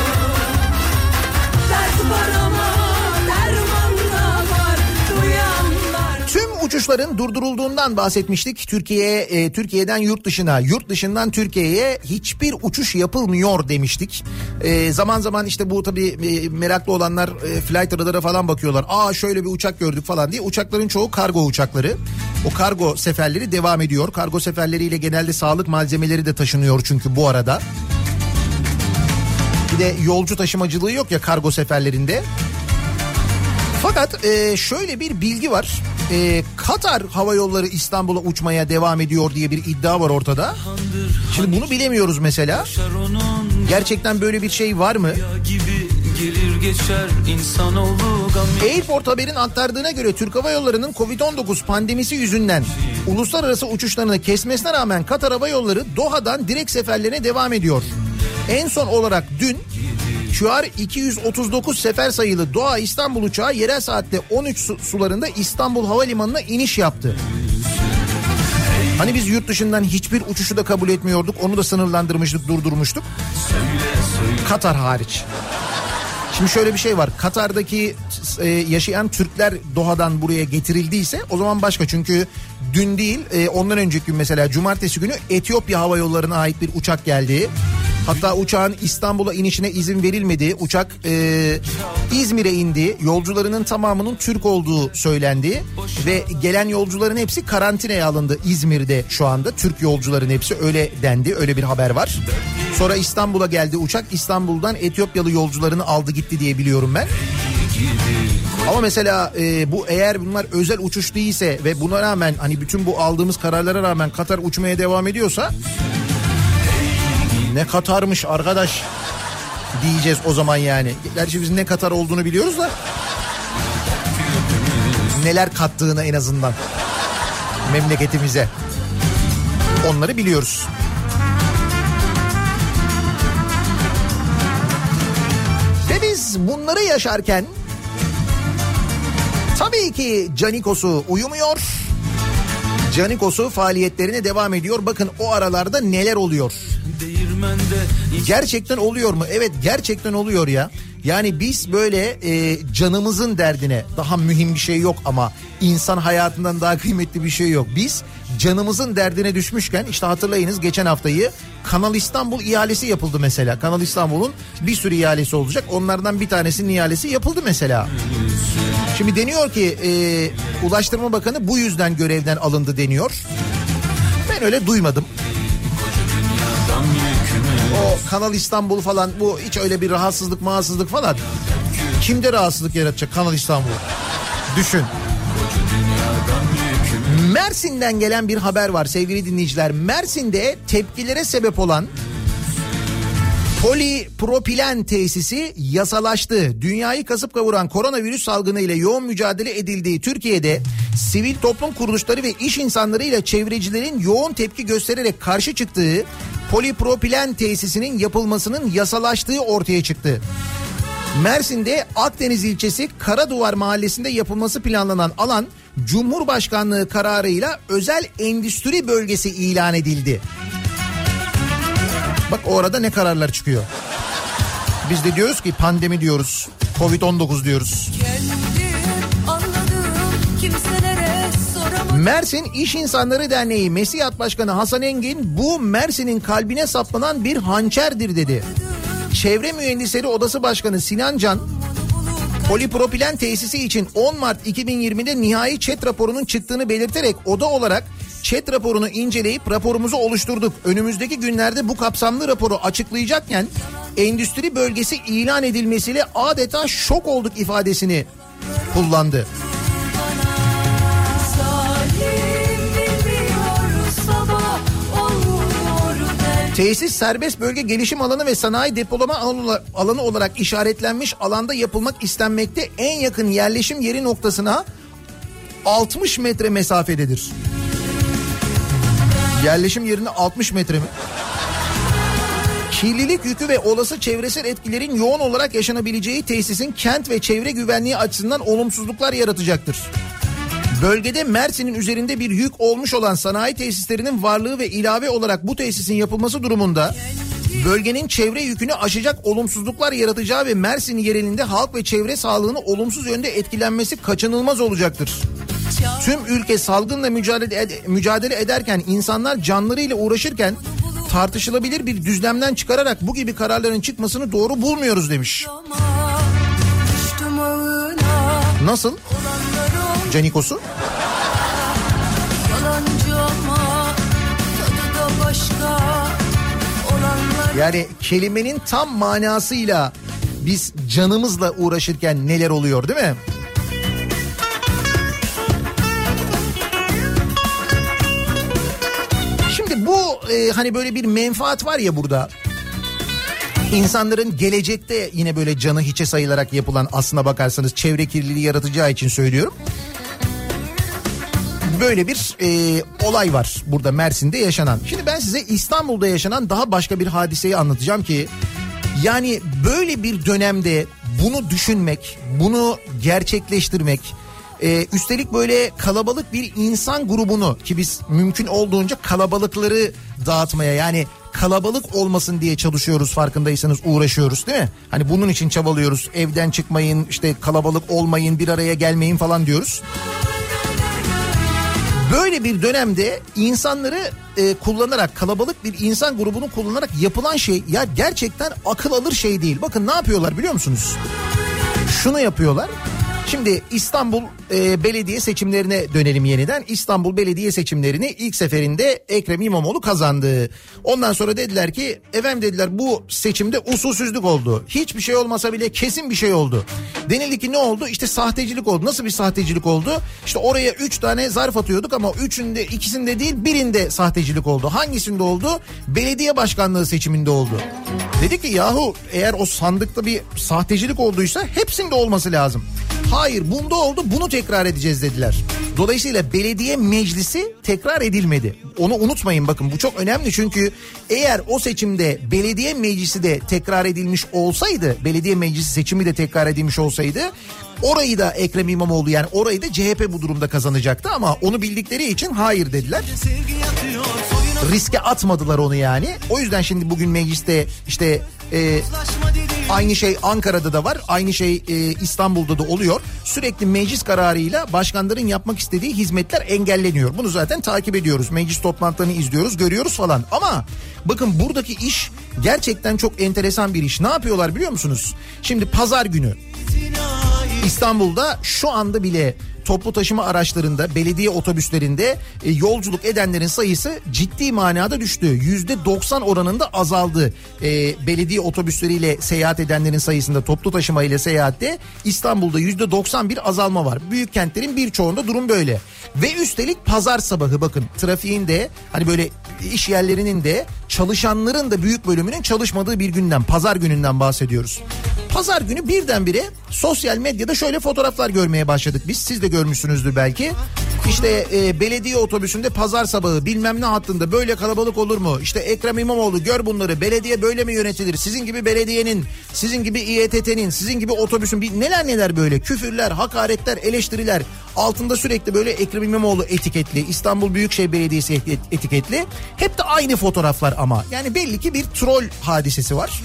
Dert var ama derman da var, duyanlar. Tüm uçuşların durdurulduğundan bahsetmiştik. Türkiye'den yurt dışına, yurt dışından Türkiye'ye hiçbir uçuş yapılmıyor demiştik. Zaman zaman işte bu tabii meraklı olanlar flight radar'a falan bakıyorlar. Aa şöyle bir uçak gördük falan diye. Uçakların çoğu kargo uçakları. O kargo seferleri devam ediyor. Kargo seferleriyle genelde sağlık malzemeleri de taşınıyor çünkü bu arada. Bir de yolcu taşımacılığı yok ya kargo seferlerinde. Fakat şöyle bir bilgi var. Katar Hava Yolları İstanbul'a uçmaya devam ediyor diye bir iddia var ortada. Şimdi bunu bilemiyoruz mesela. Gerçekten böyle bir şey var mı? Airport Haber'in aktardığına göre Türk Hava Yolları'nın Covid-19 pandemisi yüzünden uluslararası uçuşlarını kesmesine rağmen Katar Hava Yolları Doha'dan direkt seferlerine devam ediyor. En son olarak dün QR-239 sefer sayılı Doğa İstanbul uçağı yerel saatte 13 sularında İstanbul Havalimanı'na iniş yaptı. Hani biz yurt dışından hiçbir uçuşu da kabul etmiyorduk. Onu da sınırlandırmıştık, durdurmuştuk. Katar hariç. Şimdi şöyle bir şey var. Katar'daki yaşayan Türkler Doha'dan buraya getirildiyse o zaman başka. Çünkü dün değil ondan önceki gün mesela cumartesi günü Etiyopya Hava Yolları'na ait bir uçak geldi. Hatta uçağın İstanbul'a inişine izin verilmedi. Uçak İzmir'e indi. Yolcularının tamamının Türk olduğu söylendi. Ve gelen yolcuların hepsi karantinaya alındı İzmir'de şu anda. Türk yolcuların hepsi öyle dendi. Öyle bir haber var. Sonra İstanbul'a geldi uçak. İstanbul'dan Etiyopyalı yolcularını aldı gitti diye biliyorum ben. Ama mesela bu eğer bunlar özel uçuş değilse ve buna rağmen hani bütün bu aldığımız kararlara rağmen Katar uçmaya devam ediyorsa... Ne Katar'mış arkadaş diyeceğiz o zaman yani. Gerçi biz ne Katar olduğunu biliyoruz da neler kattığını en azından memleketimize onları biliyoruz. Ve biz bunları yaşarken tabii ki Canikos'u uyumuyor. Canikos'u faaliyetlerine devam ediyor. Bakın o aralarda neler oluyor. Gerçekten oluyor mu? Evet, gerçekten oluyor ya. Yani biz böyle canımızın derdine, daha mühim bir şey yok ama insan hayatından daha kıymetli bir şey yok. Biz canımızın derdine düşmüşken işte hatırlayınız geçen haftayı Kanal İstanbul ihalesi yapıldı mesela. Kanal İstanbul'un bir sürü ihalesi olacak. Onlardan bir tanesinin ihalesi yapıldı mesela. Şimdi deniyor ki Ulaştırma Bakanı bu yüzden görevden alındı deniyor. Ben öyle duymadım. O Kanal İstanbul falan bu hiç öyle bir rahatsızlık falan. Kimde rahatsızlık yaratacak Kanal İstanbul? Düşün. Mersin'den gelen bir haber var sevgili dinleyiciler. Mersin'de tepkilere sebep olan polipropilen tesisi yasalaştı. Dünyayı kasıp kavuran koronavirüs salgını ile yoğun mücadele edildiği Türkiye'de sivil toplum kuruluşları ve iş insanları ile çevrecilerin yoğun tepki göstererek karşı çıktığı polipropilen tesisinin yapılmasının yasalaştığı ortaya çıktı. Mersin'de Akdeniz ilçesi Karaduvar mahallesinde yapılması planlanan alan Cumhurbaşkanlığı kararıyla özel endüstri bölgesi ilan edildi. Bak orada ne kararlar çıkıyor. Biz de diyoruz ki pandemi diyoruz, Covid-19 diyoruz. Mersin İş İnsanları Derneği Mesiyat Başkanı Hasan Engin bu Mersin'in kalbine saplanan bir hançerdir dedi. Çevre Mühendisleri Odası Başkanı Sinan Can, polipropilen tesisi için 10 Mart 2020'de nihai ÇED raporunun çıktığını belirterek oda olarak ÇED raporunu inceleyip raporumuzu oluşturduk. Önümüzdeki günlerde bu kapsamlı raporu açıklayacakken endüstri bölgesi ilan edilmesiyle adeta şok olduk ifadesini kullandı. Tesis serbest bölge gelişim alanı ve sanayi depolama alanı olarak işaretlenmiş alanda yapılmak istenmekte, en yakın yerleşim yeri noktasına 60 metre mesafededir. Yerleşim yerine 60 metre mi? Kirlilik yükü ve olası çevresel etkilerin yoğun olarak yaşanabileceği tesisin kent ve çevre güvenliği açısından olumsuzluklar yaratacaktır. Bölgede Mersin'in üzerinde bir yük olmuş olan sanayi tesislerinin varlığı ve ilave olarak bu tesisin yapılması durumunda bölgenin çevre yükünü aşacak olumsuzluklar yaratacağı ve Mersin yerelinde halk ve çevre sağlığını olumsuz yönde etkilenmesi kaçınılmaz olacaktır. Tüm ülke salgınla mücadele ederken, insanlar canlarıyla uğraşırken tartışılabilir bir düzlemden çıkararak bu gibi kararların çıkmasını doğru bulmuyoruz demiş. Nasıl? Canikos'u? Yani kelimenin tam manasıyla biz canımızla uğraşırken neler oluyor değil mi? Şimdi bu hani böyle bir menfaat var ya burada. İnsanların gelecekte yine böyle canı hiçe sayılarak yapılan, aslına bakarsanız çevre kirliliği yaratacağı için söylüyorum. Böyle bir olay var burada Mersin'de yaşanan. Şimdi ben size İstanbul'da yaşanan daha başka bir hadiseyi anlatacağım ki Yani böyle bir dönemde bunu düşünmek, bunu gerçekleştirmek, üstelik böyle kalabalık bir insan grubunu, ki biz mümkün olduğunca kalabalıkları dağıtmaya, yani kalabalık olmasın diye çalışıyoruz, farkındaysanız uğraşıyoruz değil mi? Hani bunun için çabalıyoruz, evden çıkmayın, işte kalabalık olmayın, bir araya gelmeyin falan diyoruz. Böyle bir dönemde insanları kullanarak, kalabalık bir insan grubunu kullanarak yapılan şey ya gerçekten akıl alır şey değil. Bakın ne yapıyorlar biliyor musunuz? Şunu yapıyorlar. Şimdi İstanbul belediye seçimlerine dönelim yeniden. İstanbul belediye seçimlerini ilk seferinde Ekrem İmamoğlu kazandı. Ondan sonra dediler ki efendim dediler bu seçimde usulsüzlük oldu. Hiçbir şey olmasa bile kesin bir şey oldu. Denildi ki ne oldu? İşte sahtecilik oldu. Nasıl bir sahtecilik oldu? İşte oraya 3 tane zarf atıyorduk ama ikisinde değil birinde sahtecilik oldu. Hangisinde oldu? Belediye başkanlığı seçiminde oldu. Dedi ki yahu eğer o sandıkta bir sahtecilik olduysa hepsinde olması lazım. Hayır bunda oldu, bunu tekrar edeceğiz dediler. Dolayısıyla belediye meclisi tekrar edilmedi. Onu unutmayın, bakın bu çok önemli çünkü eğer o seçimde belediye meclisi de tekrar edilmiş olsaydı, belediye meclisi seçimi de tekrar edilmiş olsaydı orayı da Ekrem İmamoğlu, yani orayı da CHP bu durumda kazanacaktı ama onu bildikleri için hayır dediler. Riske atmadılar onu yani. O yüzden şimdi bugün mecliste işte aynı şey Ankara'da da var. Aynı şey İstanbul'da da oluyor. Sürekli meclis kararıyla başkanların yapmak istediği hizmetler engelleniyor. Bunu zaten takip ediyoruz. Meclis toplantılarını izliyoruz, görüyoruz falan. Ama bakın buradaki iş gerçekten çok enteresan bir iş. Ne yapıyorlar biliyor musunuz? Şimdi pazar günü İstanbul'da şu anda bile toplu taşıma araçlarında, belediye otobüslerinde yolculuk edenlerin sayısı ciddi manada düştü. %90 oranında azaldı. Belediye otobüsleriyle seyahat edenlerin sayısında, toplu taşıma ile seyahatte İstanbul'da %90 bir azalma var. Büyük kentlerin birçoğunda durum böyle. Ve üstelik pazar sabahı bakın trafiğin de hani böyle iş yerlerinin de çalışanların da büyük bölümünün çalışmadığı bir günden, pazar gününden bahsediyoruz. Pazar günü birdenbire sosyal medyada şöyle fotoğraflar görmeye başladık biz. Siz de görmüşsünüzdür belki. İşte belediye otobüsünde pazar sabahı bilmem ne hattında böyle kalabalık olur mu? İşte Ekrem İmamoğlu gör bunları, belediye böyle mi yönetilir? Sizin gibi belediyenin, sizin gibi İETT'nin, sizin gibi otobüsün neler böyle küfürler, hakaretler, eleştiriler. Altında sürekli böyle Ekrem İmamoğlu etiketli, İstanbul Büyükşehir Belediyesi etiketli. Hep de aynı fotoğraflar ama. Yani belli ki bir troll hadisesi var.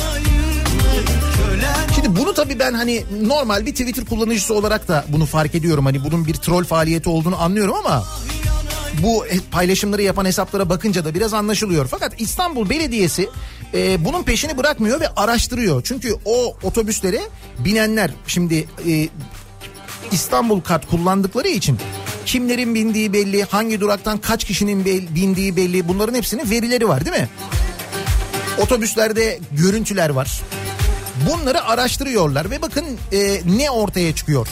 Şimdi bunu tabii ben hani normal bir Twitter kullanıcısı olarak da bunu fark ediyorum. Hani bunun bir troll faaliyeti olduğunu anlıyorum ama bu paylaşımları yapan hesaplara bakınca da biraz anlaşılıyor. Fakat İstanbul Belediyesi bunun peşini bırakmıyor ve araştırıyor. Çünkü o otobüslere binenler şimdi İstanbul kart kullandıkları için kimlerin bindiği belli, hangi duraktan kaç kişinin bindiği belli, bunların hepsinin verileri var değil mi? Otobüslerde görüntüler var. Bunları araştırıyorlar ve bakın ne ortaya çıkıyor.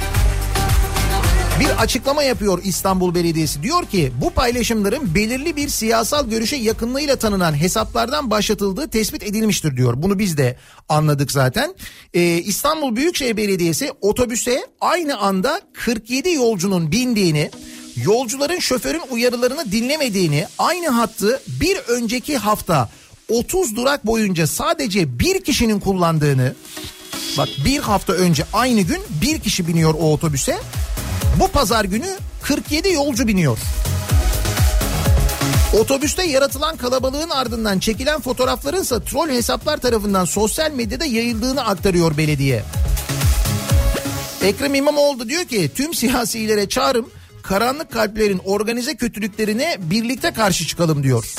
Bir açıklama yapıyor İstanbul Belediyesi. Diyor ki bu paylaşımların belirli bir siyasal görüşe yakınlığıyla tanınan hesaplardan başlatıldığı tespit edilmiştir diyor. Bunu biz de anladık zaten. İstanbul Büyükşehir Belediyesi otobüse aynı anda 47 yolcunun bindiğini, yolcuların şoförün uyarılarını dinlemediğini, aynı hattı bir önceki hafta 30 durak boyunca sadece bir kişinin kullandığını, bak bir hafta önce aynı gün bir kişi biniyor o otobüse, bu pazar günü 47 yolcu biniyor. Otobüste yaratılan kalabalığın ardından çekilen fotoğraflarınsa troll hesaplar tarafından sosyal medyada yayıldığını aktarıyor belediye. Ekrem İmamoğlu diyor ki tüm siyasilere çağrım, karanlık kalplerin organize kötülüklerine birlikte karşı çıkalım diyor.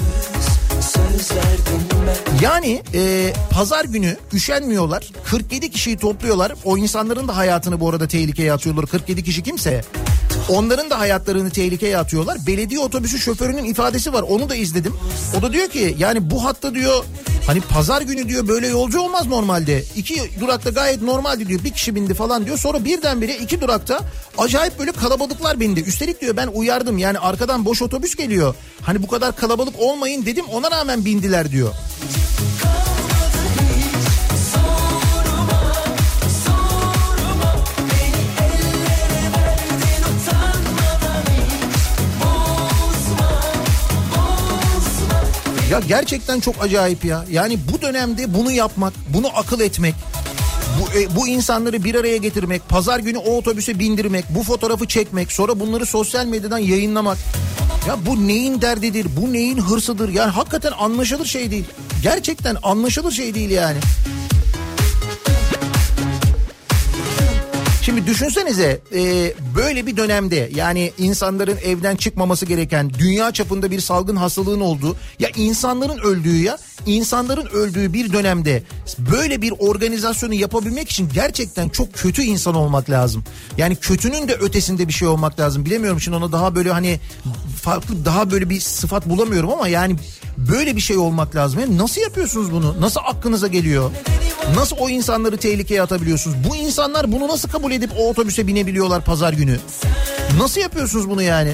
Yani pazar günü üşenmiyorlar, 47 kişiyi topluyorlar. O insanların da hayatını bu arada tehlikeye atıyorlar. 47 kişi kimse, onların da hayatlarını tehlikeye atıyorlar. Belediye otobüsü şoförünün ifadesi var, onu da izledim. O da diyor ki yani bu hatta diyor hani pazar günü diyor böyle yolcu olmaz normalde. 2 durakta gayet normaldi diyor, bir kişi bindi falan diyor. Sonra birdenbire 2 durakta acayip böyle kalabalıklar bindi. Üstelik diyor ben uyardım, yani arkadan boş otobüs geliyor. Hani bu kadar kalabalık olmayın dedim, ona rağmen bindiler diyor. Ya Ya gerçekten çok acayip ya. Yani bu dönemde bunu yapmak, bunu akıl etmek, bu insanları bir araya getirmek, pazar günü o otobüse bindirmek, bu fotoğrafı çekmek, sonra bunları sosyal medyadan yayınlamak. Ya bu neyin derdidir, bu neyin hırsıdır? Yani hakikaten anlaşılır şey değil. Gerçekten anlaşılır şey değil yani. Şimdi düşünsenize böyle bir dönemde, yani insanların evden çıkmaması gereken, dünya çapında bir salgın hastalığın olduğu, ya insanların öldüğü bir dönemde böyle bir organizasyonu yapabilmek için gerçekten çok kötü insan olmak lazım. Yani kötünün de ötesinde bir şey olmak lazım. Bilemiyorum şimdi ona daha böyle hani farklı, daha böyle bir sıfat bulamıyorum ama yani böyle bir şey olmak lazım. Yani nasıl yapıyorsunuz bunu? Nasıl aklınıza geliyor? Nasıl o insanları tehlikeye atabiliyorsunuz? Bu insanlar bunu nasıl kabul edip o otobüse binebiliyorlar pazar günü? Nasıl yapıyorsunuz bunu yani?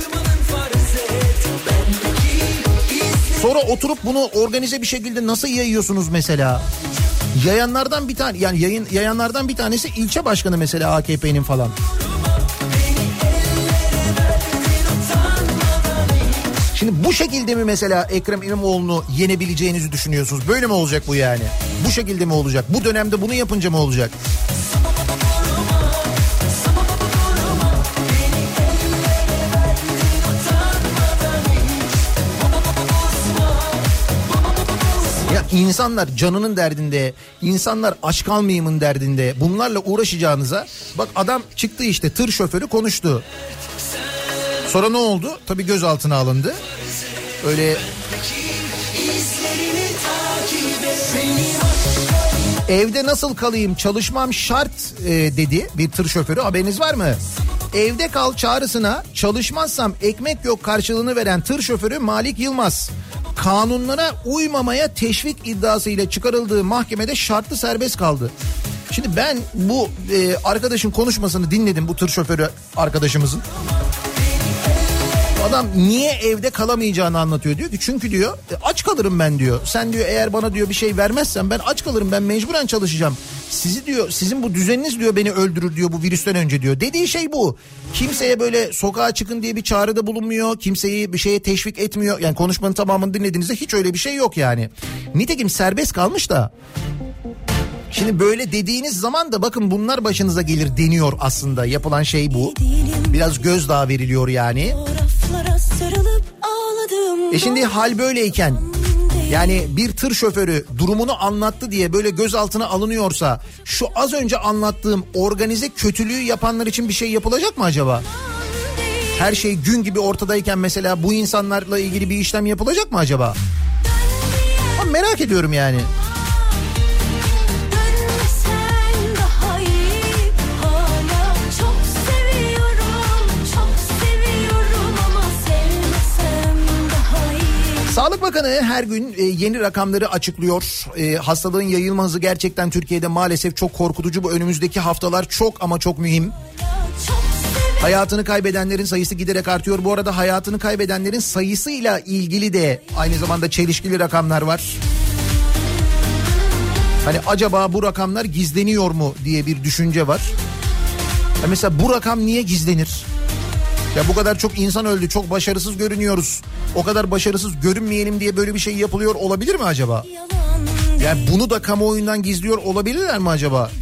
Sonra oturup bunu organize bir şekilde nasıl yayıyorsunuz mesela? Yayanlardan bir tane, yani yayanlardan bir tanesi ilçe başkanı mesela AKP'nin falan. Şimdi bu şekilde mi mesela Ekrem İmamoğlu'nu yenebileceğinizi düşünüyorsunuz? Böyle mi olacak bu yani? Bu şekilde mi olacak? Bu dönemde bunu yapınca mı olacak? Ya insanlar canının derdinde, insanlar aç kalmayayımın derdinde, bunlarla uğraşacağınıza bak, adam çıktı işte, tır şoförü konuştu. Sonra ne oldu? Tabii gözaltına alındı. Öyle evde nasıl kalayım, çalışmam şart dedi bir tır şoförü, haberiniz var mı? Evde kal çağrısına çalışmazsam ekmek yok karşılığını veren tır şoförü Malik Yılmaz kanunlara uymamaya teşvik iddiasıyla çıkarıldığı mahkemede şartlı serbest kaldı. Şimdi ben bu arkadaşın konuşmasını dinledim, bu tır şoförü arkadaşımızın. Adam niye evde kalamayacağını anlatıyor, diyor ki çünkü diyor aç kalırım ben diyor. Sen diyor eğer bana diyor bir şey vermezsen ben aç kalırım, ben mecburen çalışacağım. Sizi diyor, sizin bu düzeniniz diyor beni öldürür diyor bu virüsten önce diyor. Dediği şey bu. Kimseye böyle sokağa çıkın diye bir çağrıda bulunmuyor. Kimseyi bir şeye teşvik etmiyor. Yani konuşmanın tamamını dinlediğinizde hiç öyle bir şey yok yani. Nitekim serbest kalmış da. Şimdi böyle dediğiniz zaman da bakın bunlar başınıza gelir deniyor aslında. Yapılan şey bu. Biraz gözdağı veriliyor yani. Şimdi hal böyleyken, yani bir tır şoförü durumunu anlattı diye böyle gözaltına alınıyorsa, şu az önce anlattığım organize kötülüğü yapanlar için bir şey yapılacak mı acaba? Her şey gün gibi ortadayken mesela bu insanlarla ilgili bir işlem yapılacak mı acaba? Ama merak ediyorum yani. Sağlık Bakanı her gün yeni rakamları açıklıyor. Hastalığın yayılma hızı gerçekten Türkiye'de maalesef çok korkutucu. Bu önümüzdeki haftalar çok ama çok mühim. Hayatını kaybedenlerin sayısı giderek artıyor. Bu arada hayatını kaybedenlerin sayısıyla ilgili de aynı zamanda çelişkili rakamlar var. Hani acaba bu rakamlar gizleniyor mu diye bir düşünce var. Ya mesela bu rakam niye gizlenir? Ya bu kadar çok insan öldü, çok başarısız görünüyoruz. O kadar başarısız görünmeyelim diye böyle bir şey yapılıyor olabilir mi acaba? Yani bunu da kamuoyundan gizliyor olabilirler mi acaba?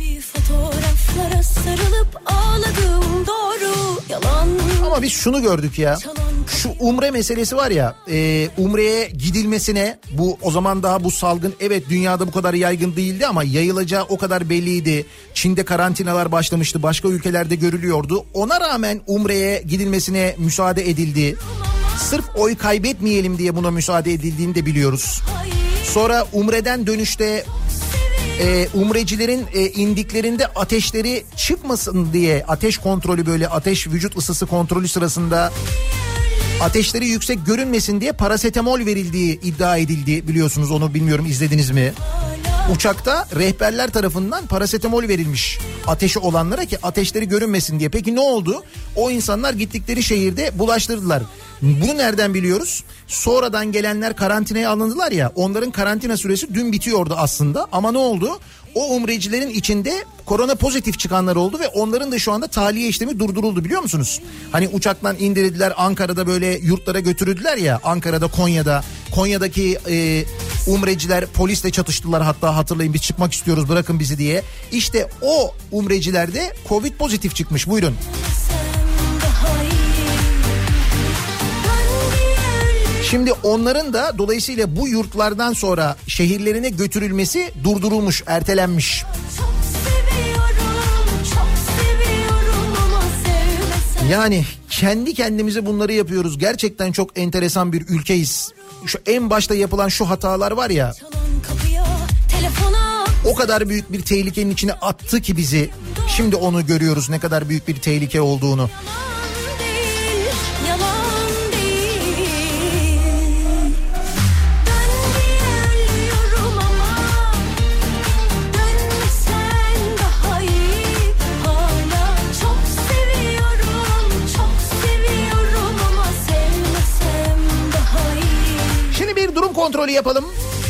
Ama biz şunu gördük ya. Şu Umre meselesi var ya, Umre'ye gidilmesine, bu o zaman daha bu salgın evet dünyada bu kadar yaygın değildi ama yayılacağı o kadar belliydi. Çin'de karantinalar başlamıştı, başka ülkelerde görülüyordu. Ona rağmen Umre'ye gidilmesine müsaade edildi. Sırf oy kaybetmeyelim diye buna müsaade edildiğini de biliyoruz. Sonra Umre'den dönüşte umrecilerin indiklerinde ateşleri çıkmasın diye ateş kontrolü, böyle ateş vücut ısısı kontrolü sırasında ateşleri yüksek görünmesin diye parasetamol verildiği iddia edildi, biliyorsunuz, onu bilmiyorum izlediniz mi? Uçakta rehberler tarafından parasetamol verilmiş ateşi olanlara ki ateşleri görünmesin diye. Peki ne oldu? O insanlar gittikleri şehirde bulaştırdılar. Bunu nereden biliyoruz? Sonradan gelenler karantinaya alındılar ya, onların karantina süresi dün bitiyordu aslında ama ne oldu? O umrecilerin içinde korona pozitif çıkanlar oldu ve onların da şu anda tahliye işlemi durduruldu, biliyor musunuz? Hani uçaktan indirildiler, Ankara'da böyle yurtlara götürüldüler ya, Ankara'da, Konya'da Konya'daki umreciler polisle çatıştılar, hatta hatırlayın, biz çıkmak istiyoruz bırakın bizi diye. İşte o umrecilerde Covid pozitif çıkmış, buyurun. Şimdi onların da dolayısıyla bu yurtlardan sonra şehirlerine götürülmesi durdurulmuş, ertelenmiş. Yani kendi kendimize bunları yapıyoruz. Gerçekten çok enteresan bir ülkeyiz. Şu en başta yapılan şu hatalar var ya. O kadar büyük bir tehlikenin içine attı ki bizi. Şimdi onu görüyoruz, ne kadar büyük bir tehlike olduğunu. Kontrolü yapalım.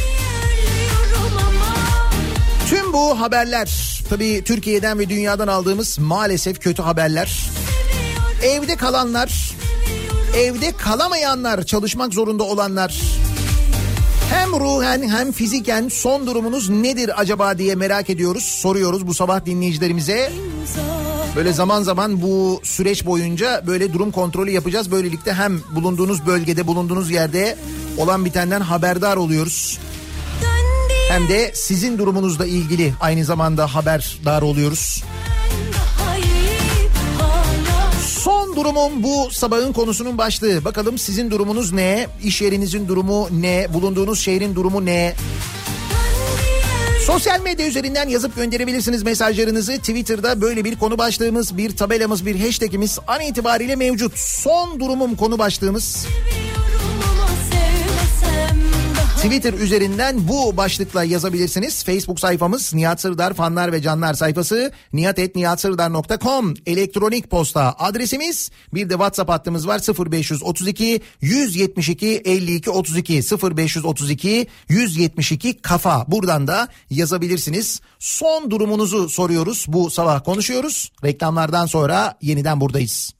Tüm bu haberler, tabii Türkiye'den ve dünyadan aldığımız maalesef kötü haberler. Evde kalanlar, evde kalamayanlar, çalışmak zorunda olanlar, hem ruhen hem fiziken son durumunuz nedir acaba diye merak ediyoruz, soruyoruz bu sabah dinleyicilerimize. Böyle zaman zaman bu süreç boyunca böyle durum kontrolü yapacağız. Böylelikle hem bulunduğunuz bölgede, bulunduğunuz yerde olan bitenden haberdar oluyoruz. Hem de sizin durumunuzla ilgili aynı zamanda haberdar oluyoruz. Son durumum bu sabahın konusunun başlığı. Bakalım sizin durumunuz ne? İş yerinizin durumu ne? Bulunduğunuz şehrin durumu ne? Sosyal medya üzerinden yazıp gönderebilirsiniz mesajlarınızı. Twitter'da böyle bir konu başlığımız, bir tabelamız, bir hashtagimiz an itibariyle mevcut. Son durumum konu başlığımız. Twitter üzerinden bu başlıkla yazabilirsiniz. Facebook sayfamız Nihat Sırdar fanlar ve canlar sayfası, nihat@nihatsırdar.com elektronik posta adresimiz. Bir de WhatsApp hattımız var, 0532 172 52 32 0532 172 kafa. Buradan da yazabilirsiniz. Son durumunuzu soruyoruz, bu sabah konuşuyoruz. Reklamlardan sonra yeniden buradayız.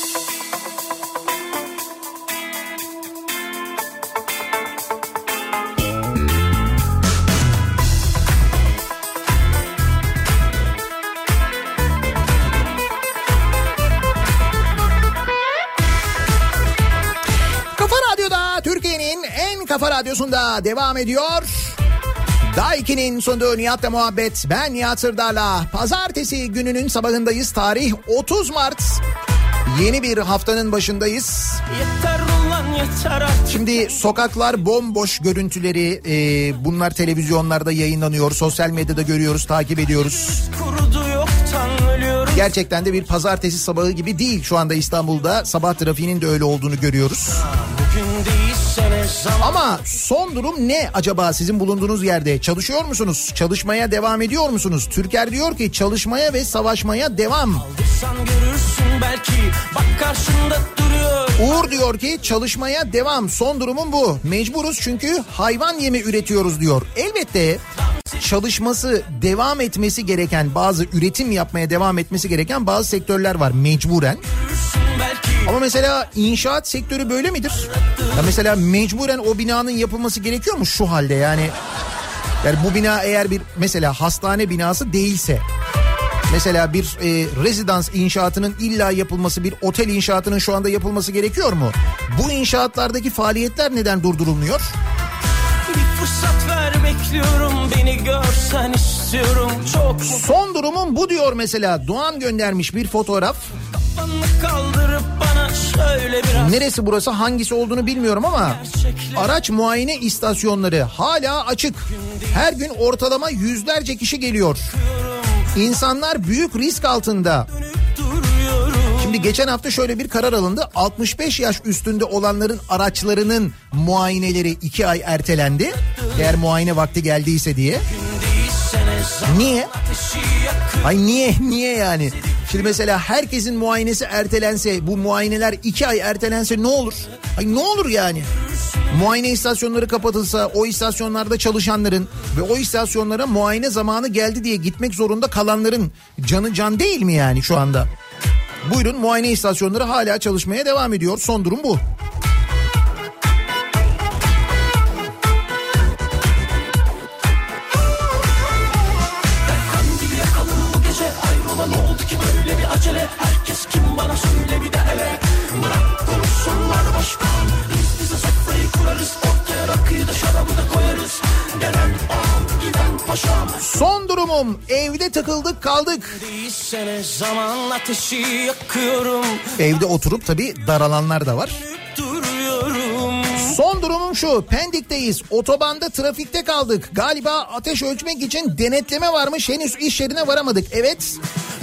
Kafa Radyosu'nda devam ediyor. Daiki'nin sunduğu Nihat'la muhabbet. Ben Nihat Sırdar'la. Pazartesi gününün sabahındayız. Tarih 30 Mart. Yeni bir haftanın başındayız. Şimdi sokaklar bomboş görüntüleri, bunlar televizyonlarda yayınlanıyor. Sosyal medyada görüyoruz, takip ediyoruz. Gerçekten de bir pazartesi sabahı gibi değil şu anda İstanbul'da. Sabah trafiğinin de öyle olduğunu görüyoruz. Ama son durum ne acaba sizin bulunduğunuz yerde? Çalışıyor musunuz? Çalışmaya devam ediyor musunuz? Türker diyor ki çalışmaya ve savaşmaya devam. Uğur diyor ki çalışmaya devam. Son durumum bu. Mecburuz çünkü hayvan yemi üretiyoruz diyor. Elbette çalışması devam etmesi gereken, bazı üretim yapmaya devam etmesi gereken bazı sektörler var mecburen. Ama mesela inşaat sektörü böyle midir? Ya mesela mecburen o binanın yapılması gerekiyor mu şu halde yani? Yani bu bina eğer bir mesela hastane binası değilse, mesela bir rezidans inşaatının illa yapılması, bir otel inşaatının şu anda yapılması gerekiyor mu? Bu inşaatlardaki faaliyetler neden durdurulmuyor? Bir fırsat ver, bekliyorum, beni görsen istiyorum çok. Son durumum bu diyor mesela. Doğan göndermiş bir fotoğraf. Neresi burası, hangisi olduğunu bilmiyorum ama araç muayene istasyonları hala açık. Her gün ortalama yüzlerce kişi geliyor. İnsanlar büyük risk altında. Şimdi geçen hafta şöyle bir karar alındı. 65 yaş üstünde olanların araçlarının muayeneleri 2 ay ertelendi. Eğer muayene vakti geldiyse diye. Niye? Ay niye yani? Şimdi mesela herkesin muayenesi ertelense, bu muayeneler 2 ay ertelense ne olur? Ay ne olur yani? Muayene istasyonları kapatılsa, o istasyonlarda çalışanların ve o istasyonlara muayene zamanı geldi diye gitmek zorunda kalanların canı can değil mi yani şu anda? Buyurun, muayene istasyonları hala çalışmaya devam ediyor. Son durum bu. koşamaz. Son durumum, evde takıldık kaldık. Değilsene zaman ateşi yakıyorum. Evde oturup tabii daralanlar da var. Duruyorum. Son durumum şu, Pendik'teyiz, otobanda trafikte kaldık. Galiba ateş ölçmek için denetleme varmış, henüz iş yerine varamadık. Evet.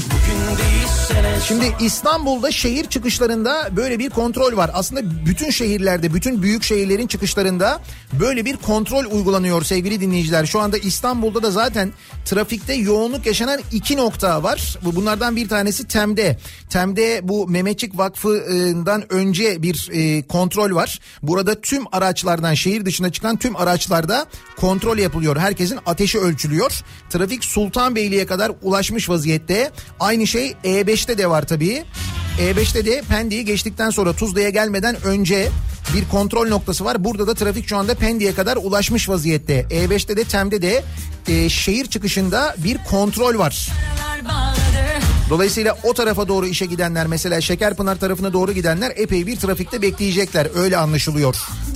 Şimdi İstanbul'da şehir çıkışlarında böyle bir kontrol var. Aslında bütün şehirlerde, bütün büyük şehirlerin çıkışlarında böyle bir kontrol uygulanıyor sevgili dinleyiciler. Şu anda İstanbul'da da zaten trafikte yoğunluk yaşanan 2 nokta var. Bunlardan bir tanesi TEM'de. TEM'de bu Mehmetçik Vakfı'ndan önce bir kontrol var. Burada tüm araçlardan, şehir dışına çıkan tüm araçlarda kontrol yapılıyor. Herkesin ateşi ölçülüyor. Trafik Sultanbeyli'ye kadar ulaşmış vaziyette. Aynı şey E5'te de var tabii. E5'te de Pendik'i geçtikten sonra Tuzla'ya gelmeden önce bir kontrol noktası var. Burada da trafik şu anda Pendik'e kadar ulaşmış vaziyette. E5'te de TEM'de de şehir çıkışında bir kontrol var. Dolayısıyla o tarafa doğru işe gidenler, mesela Şekerpınar tarafına doğru gidenler epey bir trafikte bekleyecekler. Öyle anlaşılıyor.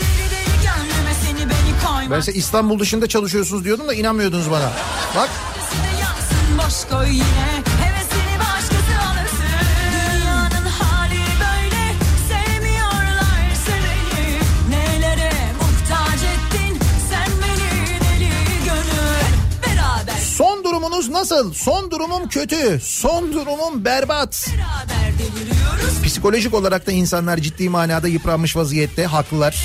Ben size İstanbul dışında çalışıyorsunuz diyordum da inanmıyordunuz bana. Bak. Son durumunuz nasıl? Son durumum kötü. Son durumum berbat. Psikolojik olarak da insanlar ciddi manada yıpranmış vaziyette. Haklılar.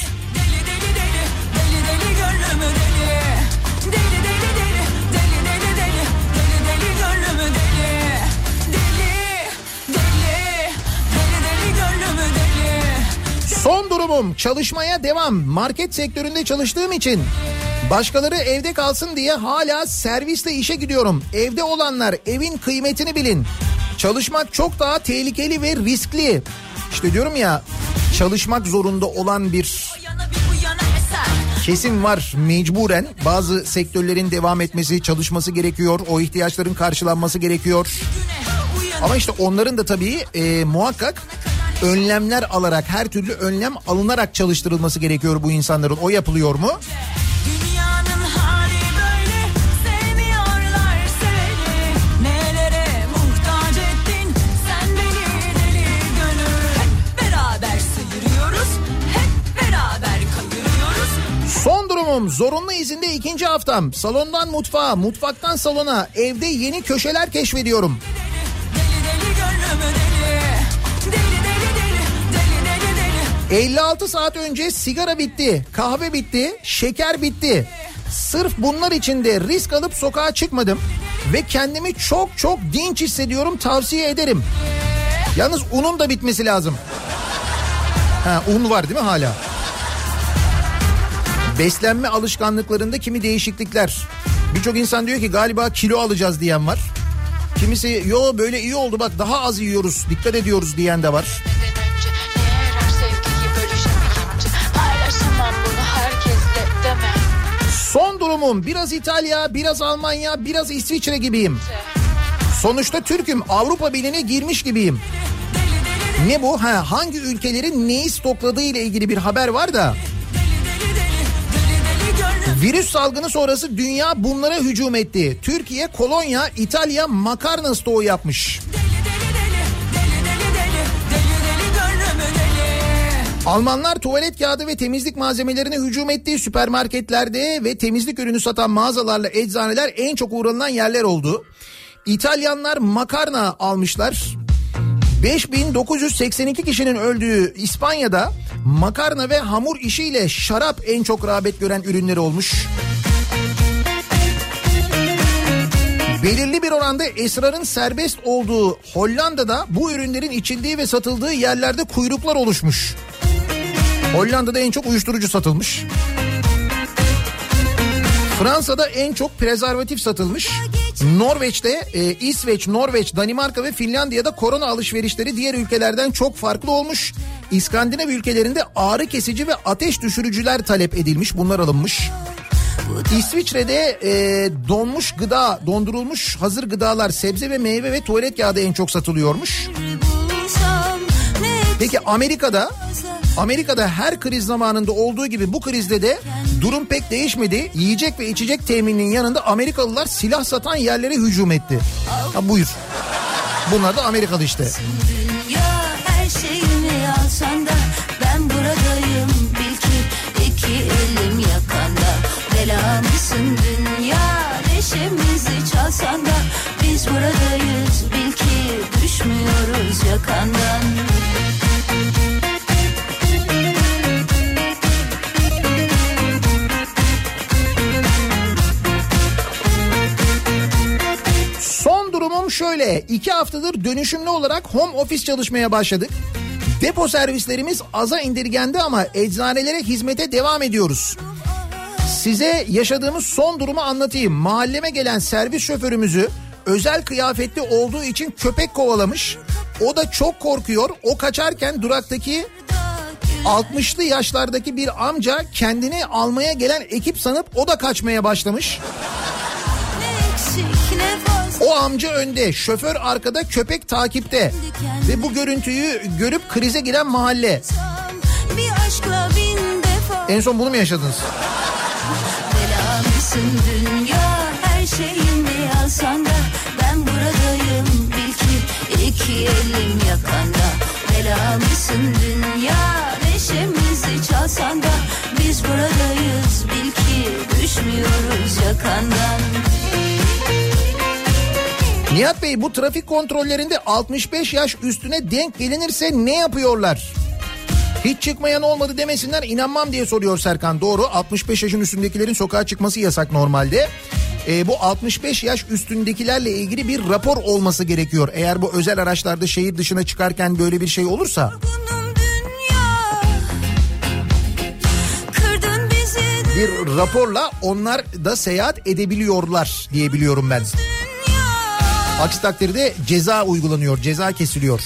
Son durumum, çalışmaya devam. Market sektöründe çalıştığım için başkaları evde kalsın diye hala servisle işe gidiyorum. Evde olanlar evin kıymetini bilin. Çalışmak çok daha tehlikeli ve riskli. İşte diyorum ya, çalışmak zorunda olan bir kesim var mecburen. Bazı sektörlerin devam etmesi, çalışması gerekiyor. O ihtiyaçların karşılanması gerekiyor. Ama işte onların da tabii muhakkak önlemler alarak, her türlü önlem alınarak çalıştırılması gerekiyor bu insanların. O yapılıyor mu? Son durumum, zorunlu izinde 2. haftam. Salondan mutfağa, mutfaktan salona, evde yeni köşeler keşfediyorum. 56 saat önce sigara bitti, kahve bitti, şeker bitti. Sırf bunlar için de risk alıp sokağa çıkmadım ve kendimi çok çok dinç hissediyorum, tavsiye ederim. Yalnız unun da bitmesi lazım. Un var değil mi hala? Beslenme alışkanlıklarında kimi değişiklikler. Birçok insan diyor ki galiba kilo alacağız diyen var. Kimisi yo böyle iyi oldu bak daha az yiyoruz, dikkat ediyoruz diyen de var. Son durumum, biraz İtalya, biraz Almanya, biraz İsviçre gibiyim. Sonuçta Türk'üm, Avrupa Birliği'ne girmiş gibiyim. Ne bu? Hangi ülkelerin neyi stokladığı ile ilgili bir haber var da. Virüs salgını sonrası dünya bunlara hücum etti. Türkiye, kolonya, İtalya makarna stoğu yapmış. Almanlar tuvalet kağıdı ve temizlik malzemelerine hücum etti. Süpermarketlerde ve temizlik ürünü satan mağazalarla eczaneler en çok uğranılan yerler oldu. İtalyanlar makarna almışlar. 5982 kişinin öldüğü İspanya'da makarna ve hamur işiyle şarap en çok rağbet gören ürünleri olmuş. Belirli bir oranda esrarın serbest olduğu Hollanda'da bu ürünlerin içildiği ve satıldığı yerlerde kuyruklar oluşmuş. Hollanda'da en çok uyuşturucu satılmış. Fransa'da en çok prezervatif satılmış. Norveç'te, İsveç, Norveç, Danimarka ve Finlandiya'da korona alışverişleri diğer ülkelerden çok farklı olmuş. İskandinav ülkelerinde ağrı kesici ve ateş düşürücüler talep edilmiş. Bunlar alınmış. İsviçre'de donmuş gıda, dondurulmuş hazır gıdalar, sebze ve meyve ve tuvalet kağıdı en çok satılıyormuş. Peki Amerika'da her kriz zamanında olduğu gibi bu krizde de Durum pek değişmedi. Yiyecek ve içecek temininin yanında Amerikalılar silah satan yerlere hücum etti. Ha buyur. Bunlar da Amerikalı işte. Dünya her şeyimi alsan da ben buradayım bil ki iki elim yakanda. Bela mısın dünya neşemizi çalsan da biz buradayız bil ki düşmüyoruz yakandan. Son durumum şöyle. 2 haftadır dönüşümlü olarak home office çalışmaya başladık. Depo servislerimiz aza indirgendi ama eczanelere hizmete devam ediyoruz. Size yaşadığımız son durumu anlatayım. Mahalleme gelen servis şoförümüzü özel kıyafetli olduğu için köpek kovalamış. O da çok korkuyor. O kaçarken duraktaki 60'lı yaşlardaki bir amca kendini almaya gelen ekip sanıp o da kaçmaya başlamış. O amca önde, şoför arkada, köpek takipte. Ve bu görüntüyü görüp krize giren mahalle. En son bunu mu yaşadınız? Belamısın dünya her şeyimi alsan da ben buradayım bil ki iki elim yakanda. Belamısın dünya neşemizi çalsan da biz buradayız bil ki düşmüyoruz yakandan. Nihat Bey, bu trafik kontrollerinde 65 yaş üstüne denk gelinirse ne yapıyorlar? Hiç çıkmayan olmadı demesinler, inanmam diye soruyor Serkan. Doğru, 65 yaşın üstündekilerin sokağa çıkması yasak normalde. Bu 65 yaş üstündekilerle ilgili bir rapor olması gerekiyor. Eğer bu özel araçlarda şehir dışına çıkarken böyle bir şey olursa. Bir raporla onlar da seyahat edebiliyorlar diye biliyorum ben. Aksi takdirde ceza uygulanıyor, ceza kesiliyor.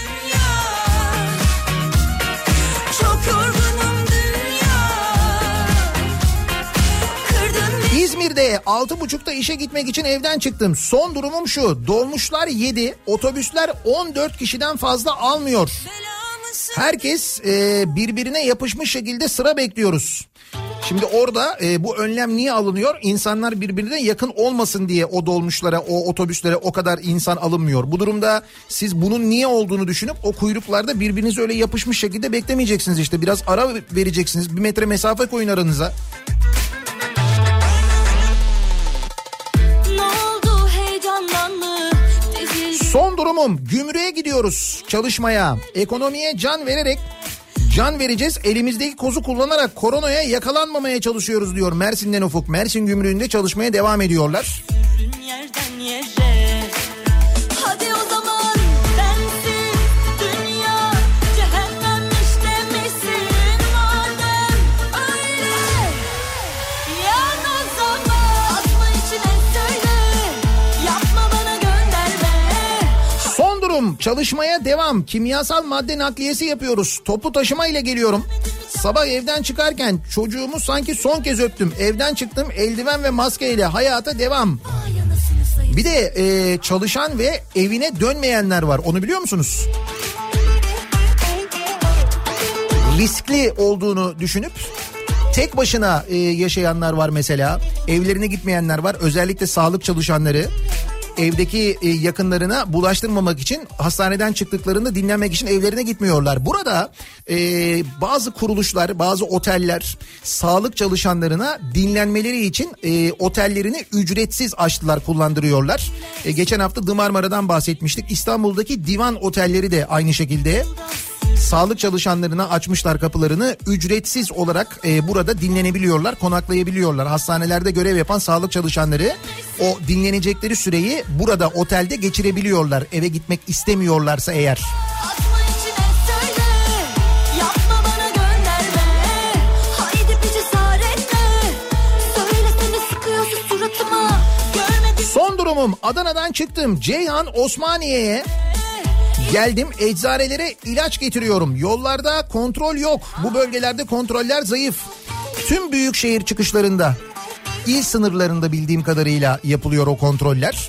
İzmir'de 6.30'da işe gitmek için evden çıktım. Son durumum şu: dolmuşlar 7, otobüsler 14 kişiden fazla almıyor. Herkes birbirine yapışmış şekilde sıra bekliyoruz. Şimdi orada bu önlem niye alınıyor? İnsanlar birbirine yakın olmasın diye o dolmuşlara, o otobüslere o kadar insan alınmıyor. Bu durumda siz bunun niye olduğunu düşünüp o kuyruklarda birbirinize öyle yapışmış şekilde beklemeyeceksiniz işte. Biraz ara vereceksiniz. 1 metre mesafe koyun aranıza. Son durumum: gümrüğe gidiyoruz çalışmaya. Ekonomiye can vereceğiz. Elimizdeki kozu kullanarak koronaya yakalanmamaya çalışıyoruz diyor Mersin'den Ufuk. Mersin gümrüğünde çalışmaya devam ediyorlar. Yerden yere. Hadi o zaman sensin dünya cehennemmiş demesin madem öyle. Yan o zaman atma içine söyle, yapma bana gönderme. Son durum: çalışmaya devam. Kimyasal madde nakliyesi yapıyoruz. Toplu taşıma ile geliyorum. Sabah evden çıkarken çocuğumu sanki son kez öptüm. Evden çıktım eldiven ve maskeyle, hayata devam. Bir de çalışan ve evine dönmeyenler var. Onu biliyor musunuz? Riskli olduğunu düşünüp tek başına yaşayanlar var mesela. Evlerine gitmeyenler var. Özellikle sağlık çalışanları. Evdeki yakınlarına bulaştırmamak için hastaneden çıktıklarında dinlenmek için evlerine gitmiyorlar. Burada bazı kuruluşlar, bazı oteller sağlık çalışanlarına dinlenmeleri için otellerini ücretsiz açtılar, kullandırıyorlar. Geçen hafta The Marmara'dan bahsetmiştik. İstanbul'daki Divan otelleri de aynı şekilde sağlık çalışanlarına açmışlar kapılarını. Ücretsiz olarak burada dinlenebiliyorlar, konaklayabiliyorlar. Hastanelerde görev yapan sağlık çalışanları o dinlenecekleri süreyi burada otelde geçirebiliyorlar. Eve gitmek istemiyorlarsa eğer. Son durumum: Adana'dan çıktım. Ceyhan Osmaniye'ye geldim. Eczanelere ilaç getiriyorum. Yollarda kontrol yok. Bu bölgelerde kontroller zayıf. Tüm büyükşehir çıkışlarında, il sınırlarında bildiğim kadarıyla yapılıyor o kontroller.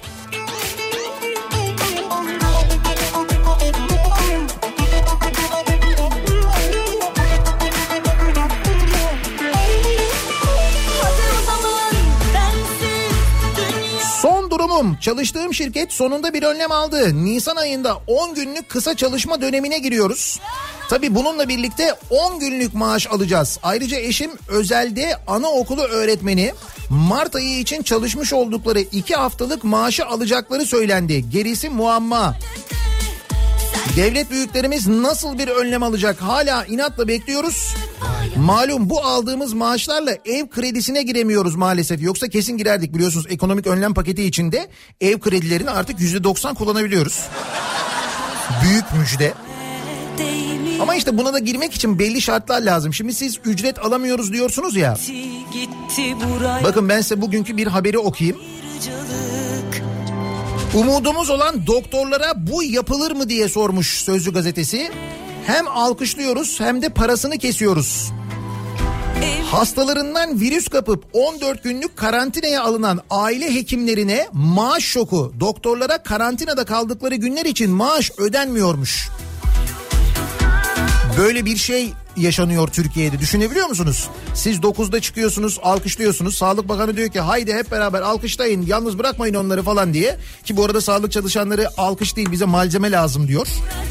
durumum. Çalıştığım şirket sonunda bir önlem aldı. Nisan ayında 10 günlük kısa çalışma dönemine giriyoruz. Tabii bununla birlikte 10 günlük maaş alacağız. Ayrıca eşim özelde anaokulu öğretmeni. Mart ayı için çalışmış oldukları 2 haftalık maaşı alacakları söylendi. Gerisi muamma. Devlet büyüklerimiz nasıl bir önlem alacak? Hala inatla bekliyoruz. Malum bu aldığımız maaşlarla ev kredisine giremiyoruz maalesef. Yoksa kesin girerdik, biliyorsunuz ekonomik önlem paketi içinde ev kredilerini artık %90 kullanabiliyoruz. Büyük müjde. Ama işte buna da girmek için belli şartlar lazım. Şimdi siz ücret alamıyoruz diyorsunuz ya. Bakın ben size bugünkü bir haberi okuyayım. Umudumuz olan doktorlara bu yapılır mı diye sormuş Sözcü gazetesi. Hem alkışlıyoruz hem de parasını kesiyoruz. Hastalarından virüs kapıp 14 günlük karantinaya alınan aile hekimlerine maaş şoku. Doktorlara karantinada kaldıkları günler için maaş ödenmiyormuş. Böyle bir şey yaşanıyor Türkiye'de, düşünebiliyor musunuz? Siz 9'da çıkıyorsunuz, alkışlıyorsunuz. Sağlık Bakanı diyor ki haydi hep beraber alkışlayın, yalnız bırakmayın onları falan diye. Ki bu arada sağlık çalışanları alkış değil, bize malzeme lazım diyor.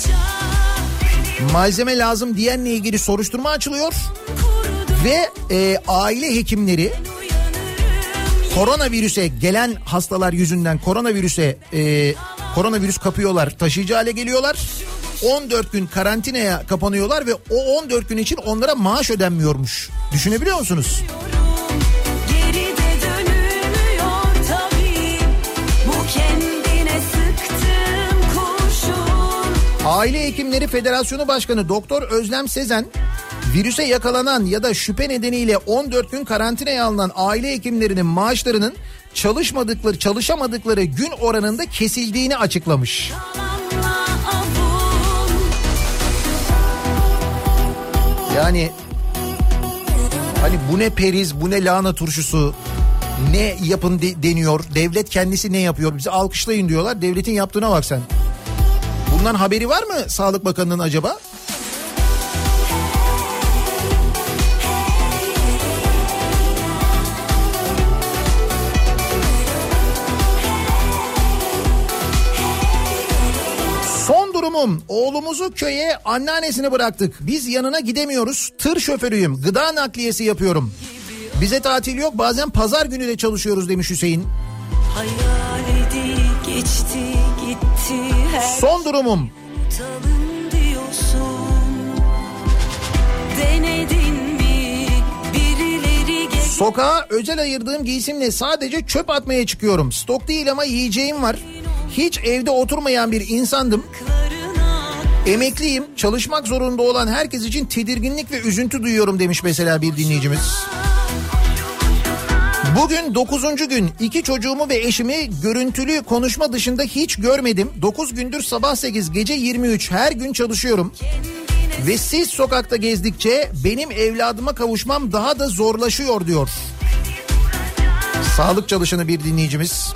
Malzeme lazım diyenle ilgili soruşturma açılıyor. Ve aile hekimleri koronavirüse gelen hastalar yüzünden koronavirüs kapıyorlar, taşıyıcı hale geliyorlar. 14 gün karantinaya kapanıyorlar ve o 14 gün için onlara maaş ödenmiyormuş. Düşünebiliyor musunuz? Aile Hekimleri Federasyonu Başkanı Doktor Özlem Sezen, virüse yakalanan ya da şüphe nedeniyle 14 gün karantinaya alınan aile hekimlerinin maaşlarının çalışamadıkları gün oranında kesildiğini açıklamış. Yani hani bu ne periz, bu ne lahana turşusu, ne yapın deniyor, devlet kendisi ne yapıyor, bizi alkışlayın diyorlar, devletin yaptığına bak sen. Bundan haberi var mı Sağlık Bakanı'nın acaba? Son durumum, oğlumuzu köye anneannesine bıraktık. Biz yanına gidemiyoruz. Tır şoförüyüm, gıda nakliyesi yapıyorum. Bize tatil yok, bazen pazar günü de çalışıyoruz demiş Hüseyin. Geçti, gitti, son durumum. Sokağa özel ayırdığım giysimle sadece çöp atmaya çıkıyorum. Stok değil ama yiyeceğim var. Hiç evde oturmayan bir insandım. Emekliyim. Çalışmak zorunda olan herkes için tedirginlik ve üzüntü duyuyorum demiş mesela bir dinleyicimiz. Bugün 9. gün, 2 çocuğumu ve eşimi görüntülü konuşma dışında hiç görmedim. 9 gündür sabah 8 gece 23 her gün çalışıyorum. Ve siz sokakta gezdikçe benim evladıma kavuşmam daha da zorlaşıyor diyor. Sağlık çalışanı bir dinleyicimiz.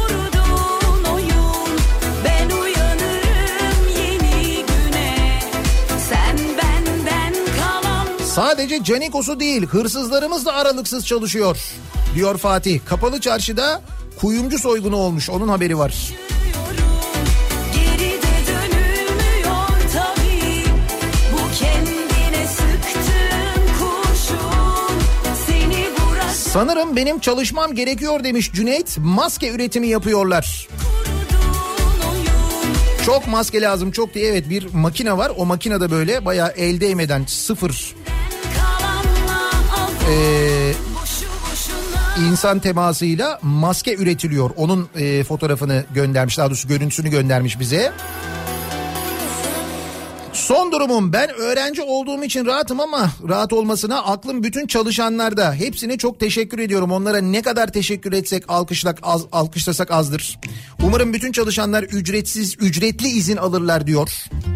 Sadece Canikos'u değil, hırsızlarımız da aralıksız çalışıyor diyor Fatih. Kapalı Çarşı'da kuyumcu soygunu olmuş, onun haberi var. Sanırım benim çalışmam gerekiyor demiş Cüneyt. Maske üretimi yapıyorlar. Çok maske lazım çok diye, evet, bir makine var. O makinede böyle bayağı el değmeden sıfır insan temasıyla maske üretiliyor. Onun fotoğrafını göndermiş, daha doğrusu görüntüsünü göndermiş bize. Son durumum, ben öğrenci olduğum için rahatım ama rahat olmasına aklım bütün çalışanlarda. Hepsine çok teşekkür ediyorum. Onlara ne kadar teşekkür etsek alkışlasak azdır. Umarım bütün çalışanlar ücretli izin alırlar diyor.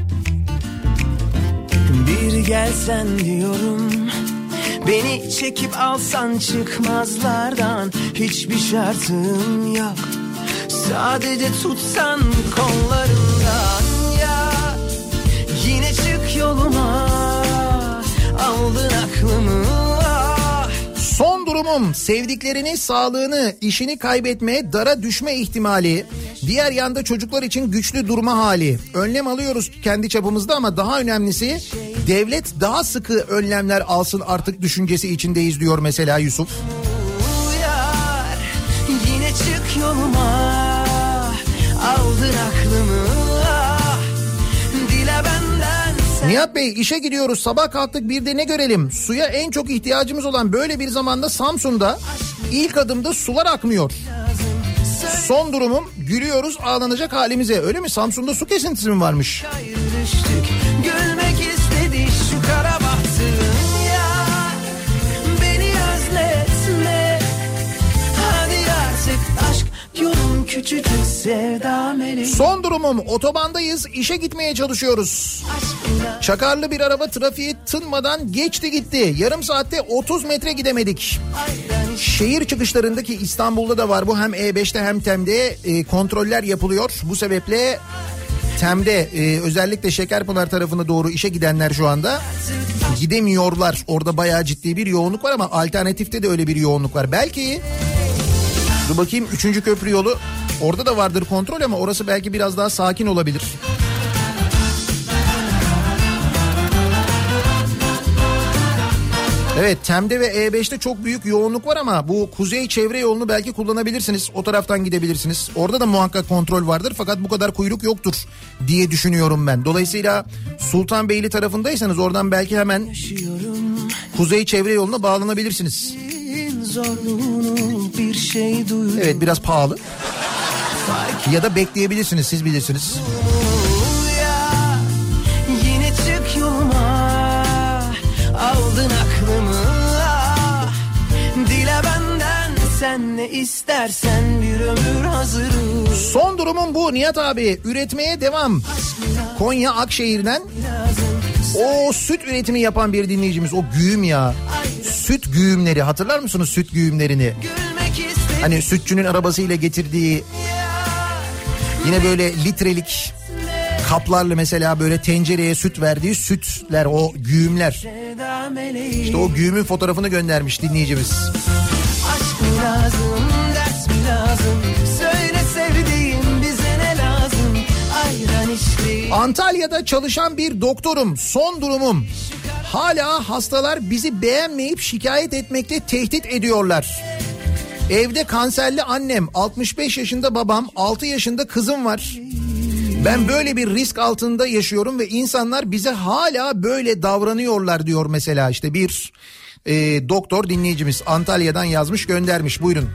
Bir gelsen diyorum, beni çekip alsan çıkmazlardan. Hiçbir şartım yok, sadece tutsan kollarımdan. Ya yine çık yoluma, aldın aklımı. Son durum durumum sevdiklerini, sağlığını, işini kaybetme, dara düşme ihtimali. Diğer yanda çocuklar için güçlü durma hali. Önlem alıyoruz kendi çapımızda ama daha önemlisi devlet daha sıkı önlemler alsın artık düşüncesi içindeyiz diyor mesela Yusuf. Uyar, yine çık yoluma, aldın aklımı, dile benden sen. Nihat Bey, işe gidiyoruz, sabah kalktık, bir de ne görelim? Suya en çok ihtiyacımız olan böyle bir zamanda Samsun'da ilk adımda sular akmıyor. Son durumum, gülüyoruz ağlanacak halimize. Öyle mi? Samsun'da su kesintisi mi varmış? Gülmek istedi şu kara bahtım ya, beni özletme. Hadi artık aşk yolum küçücük sevda meleği. Son durumum, otobandayız, işe gitmeye çalışıyoruz. Çakarlı bir araba trafiği tınmadan geçti gitti. Yarım saatte 30 metre gidemedik. Şehir çıkışlarındaki İstanbul'da da var bu, hem E5'te hem TEM'de kontroller yapılıyor. Bu sebeple TEM'de özellikle Şekerpınar tarafına doğru işe gidenler şu anda gidemiyorlar. Orada bayağı ciddi bir yoğunluk var ama alternatifte de öyle bir yoğunluk var. Belki dur bakayım, 3. köprü yolu, orada da vardır kontrol ama orası belki biraz daha sakin olabilir. Evet, TEM'de ve E5'te çok büyük yoğunluk var ama bu kuzey çevre yolunu belki kullanabilirsiniz. O taraftan gidebilirsiniz. Orada da muhakkak kontrol vardır fakat bu kadar kuyruk yoktur diye düşünüyorum ben. Dolayısıyla Sultanbeyli tarafındaysanız oradan belki hemen kuzey çevre yoluna bağlanabilirsiniz. Bir şey evet, biraz pahalı. Ya da bekleyebilirsiniz, siz bilirsiniz. Yine çık yoluma, aldın aklımı, dile benden sen ne istersen, bir ömür hazırım. Son durumum bu Nihat abi, üretmeye devam. Konya Akşehir'den o süt üretimi yapan bir dinleyicimiz, o güğüm ya, süt güğümleri, hatırlar mısınız süt güğümlerini? Hani sütçünün arabasıyla getirdiği, yine böyle litrelik kaplarla mesela böyle tencereye süt verdiği sütler, o güğümler. İşte o güğümün fotoğrafını göndermiş dinleyicimiz. Aşk mı lazım, ders mi lazım? Söyle sevdiğim, bize ne lazım? Ayran içli. Antalya'da çalışan bir doktorum. Son durumum, hala hastalar bizi beğenmeyip şikayet etmekte tehdit ediyorlar. Evde kanserli annem, 65 yaşında babam, 6 yaşında kızım var. Ben böyle bir risk altında yaşıyorum ve insanlar bize hala böyle davranıyorlar diyor mesela. İşte bir doktor dinleyicimiz Antalya'dan yazmış, göndermiş. Buyurun.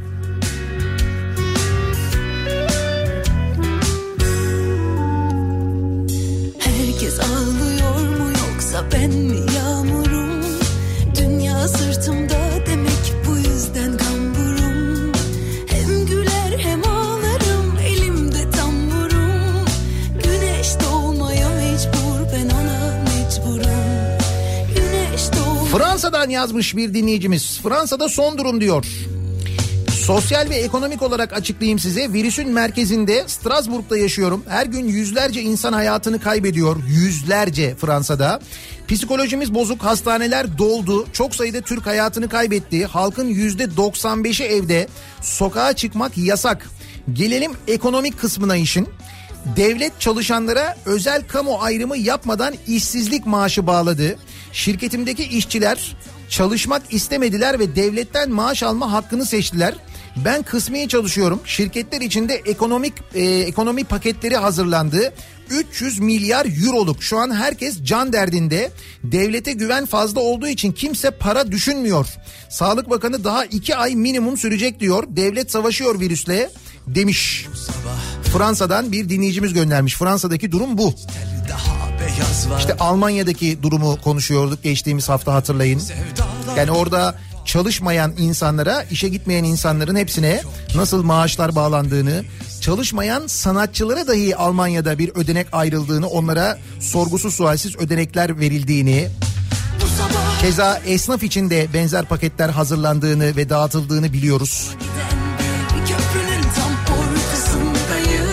Herkes ağlıyor mu yoksa ben mi yağmurum? Dünya sırtımda demek bu yüzden kamburum. Hem güler hem ağlarım, elimde tamburum. Güneş doğmaya mecbur, ben ona mecburum. Güneş doğmaya... Fransa'dan yazmış bir dinleyicimiz. Fransa'da son durum diyor. Sosyal ve ekonomik olarak açıklayayım size. Virüsün merkezinde Strasbourg'da yaşıyorum. Her gün yüzlerce insan hayatını kaybediyor. Yüzlerce Fransa'da. Psikolojimiz bozuk, hastaneler doldu. Çok sayıda Türk hayatını kaybetti. Halkın %95'i evde. Sokağa çıkmak yasak. Gelelim ekonomik kısmına işin. Devlet çalışanlara özel kamu ayrımı yapmadan işsizlik maaşı bağladı. Şirketimdeki işçiler çalışmak istemediler ve devletten maaş alma hakkını seçtiler. Ben kısmi çalışıyorum. Şirketler içinde ekonomi paketleri hazırlandı. 300 milyar euroluk. Şu an herkes can derdinde. Devlete güven fazla olduğu için kimse para düşünmüyor. Sağlık Bakanı daha 2 ay minimum sürecek diyor. Devlet savaşıyor virüsle demiş. Fransa'dan bir dinleyicimiz göndermiş. Fransa'daki durum bu. İşte Almanya'daki durumu konuşuyorduk geçtiğimiz hafta, hatırlayın. Yani orada çalışmayan insanlara, işe gitmeyen insanların hepsine nasıl maaşlar bağlandığını, çalışmayan sanatçılara dahi Almanya'da bir ödenek ayrıldığını, onlara sorgusuz sualsiz ödenekler verildiğini, keza esnaf için de benzer paketler hazırlandığını ve dağıtıldığını biliyoruz. Köprünün tam ortasındayım.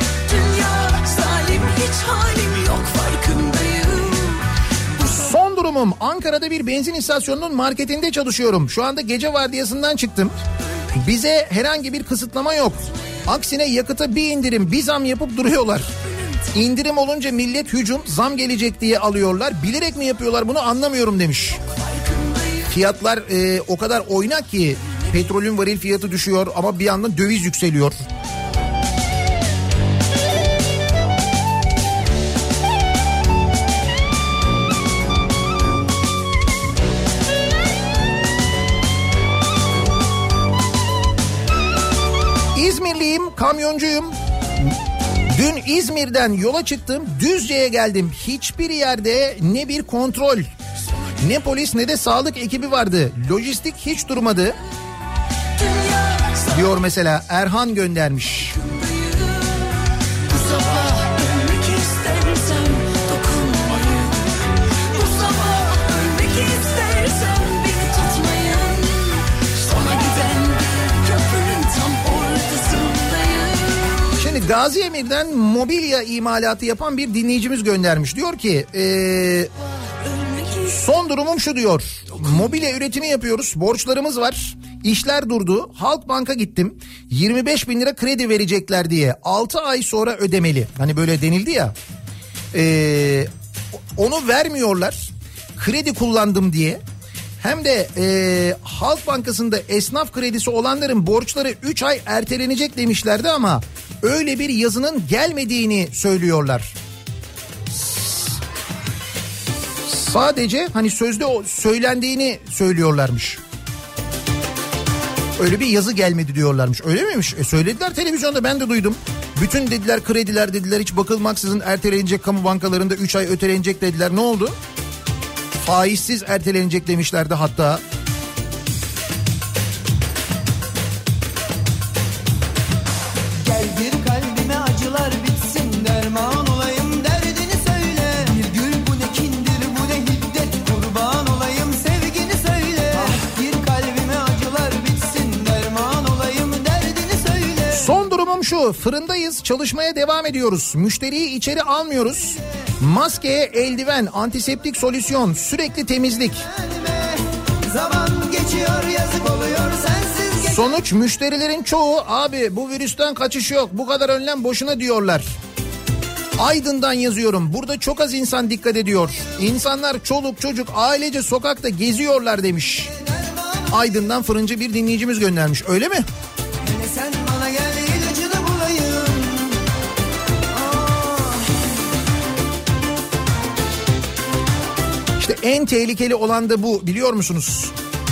Dünya zalim, hiç halim yok, farkındayım. durumum. Ankara'da bir benzin istasyonunun marketinde çalışıyorum. Şu anda gece vardiyasından çıktım. Bize herhangi bir kısıtlama yok. Aksine yakıta bir indirim, bir zam yapıp duruyorlar. İndirim olunca millet hücum, zam gelecek diye alıyorlar. Bilerek mi yapıyorlar bunu anlamıyorum demiş. Fiyatlar o kadar oynak ki petrolün varil fiyatı düşüyor ama bir yandan döviz yükseliyor. İzmirliyim, kamyoncuyum. Dün İzmir'den yola çıktım, Düzce'ye geldim. Hiçbir yerde ne bir kontrol, ne polis ne de sağlık ekibi vardı. Lojistik hiç durmadı. Diyor mesela Erhan göndermiş. Şimdi Gazi Emir'den mobilya imalatı yapan bir dinleyicimiz göndermiş. Diyor ki son durumum şu diyor. Mobilya üretimi yapıyoruz. Borçlarımız var. İşler durdu. Halkbank'a gittim. 25 bin lira kredi verecekler diye. 6 ay sonra ödemeli. Hani böyle denildi ya. Onu vermiyorlar. Kredi kullandım diye. Hem de Halk Bankası'nda esnaf kredisi olanların borçları 3 ay ertelenecek demişlerdi ama öyle bir yazının gelmediğini söylüyorlar. Sadece hani sözde söylendiğini söylüyorlarmış. Öyle bir yazı gelmedi diyorlarmış. Öyle miymiş? Söylediler televizyonda, ben de duydum. Bütün dediler krediler dediler hiç bakılmaksızın ertelenecek, kamu bankalarında 3 ay ötelenecek dediler. Ne oldu? Faizsiz ertelenecek demişlerdi hatta. Gel gir kalbime acılar bitsin, derman olayım derdini söyle. Bir gül bu ne kindir bu ne hiddet, kurban olayım sevgini söyle. Ah gir kalbime acılar bitsin, derman olayım derdini söyle. Son durumum şu, fırındayız, çalışmaya devam ediyoruz. Müşteriyi içeri almıyoruz. Maske, eldiven, antiseptik solüsyon, sürekli temizlik. Zaman geçiyor, yazık oluyor sensiz geç. Sonuç müşterilerin çoğu abi bu virüsten kaçış yok, bu kadar önlem boşuna diyorlar. Aydın'dan yazıyorum, burada çok az insan dikkat ediyor. İnsanlar çoluk çocuk ailece sokakta geziyorlar demiş. Aydın'dan fırıncı bir dinleyicimiz göndermiş, öyle mi? Sen bana gel ilacını bulayım. İşte en tehlikeli olan da bu, biliyor musunuz?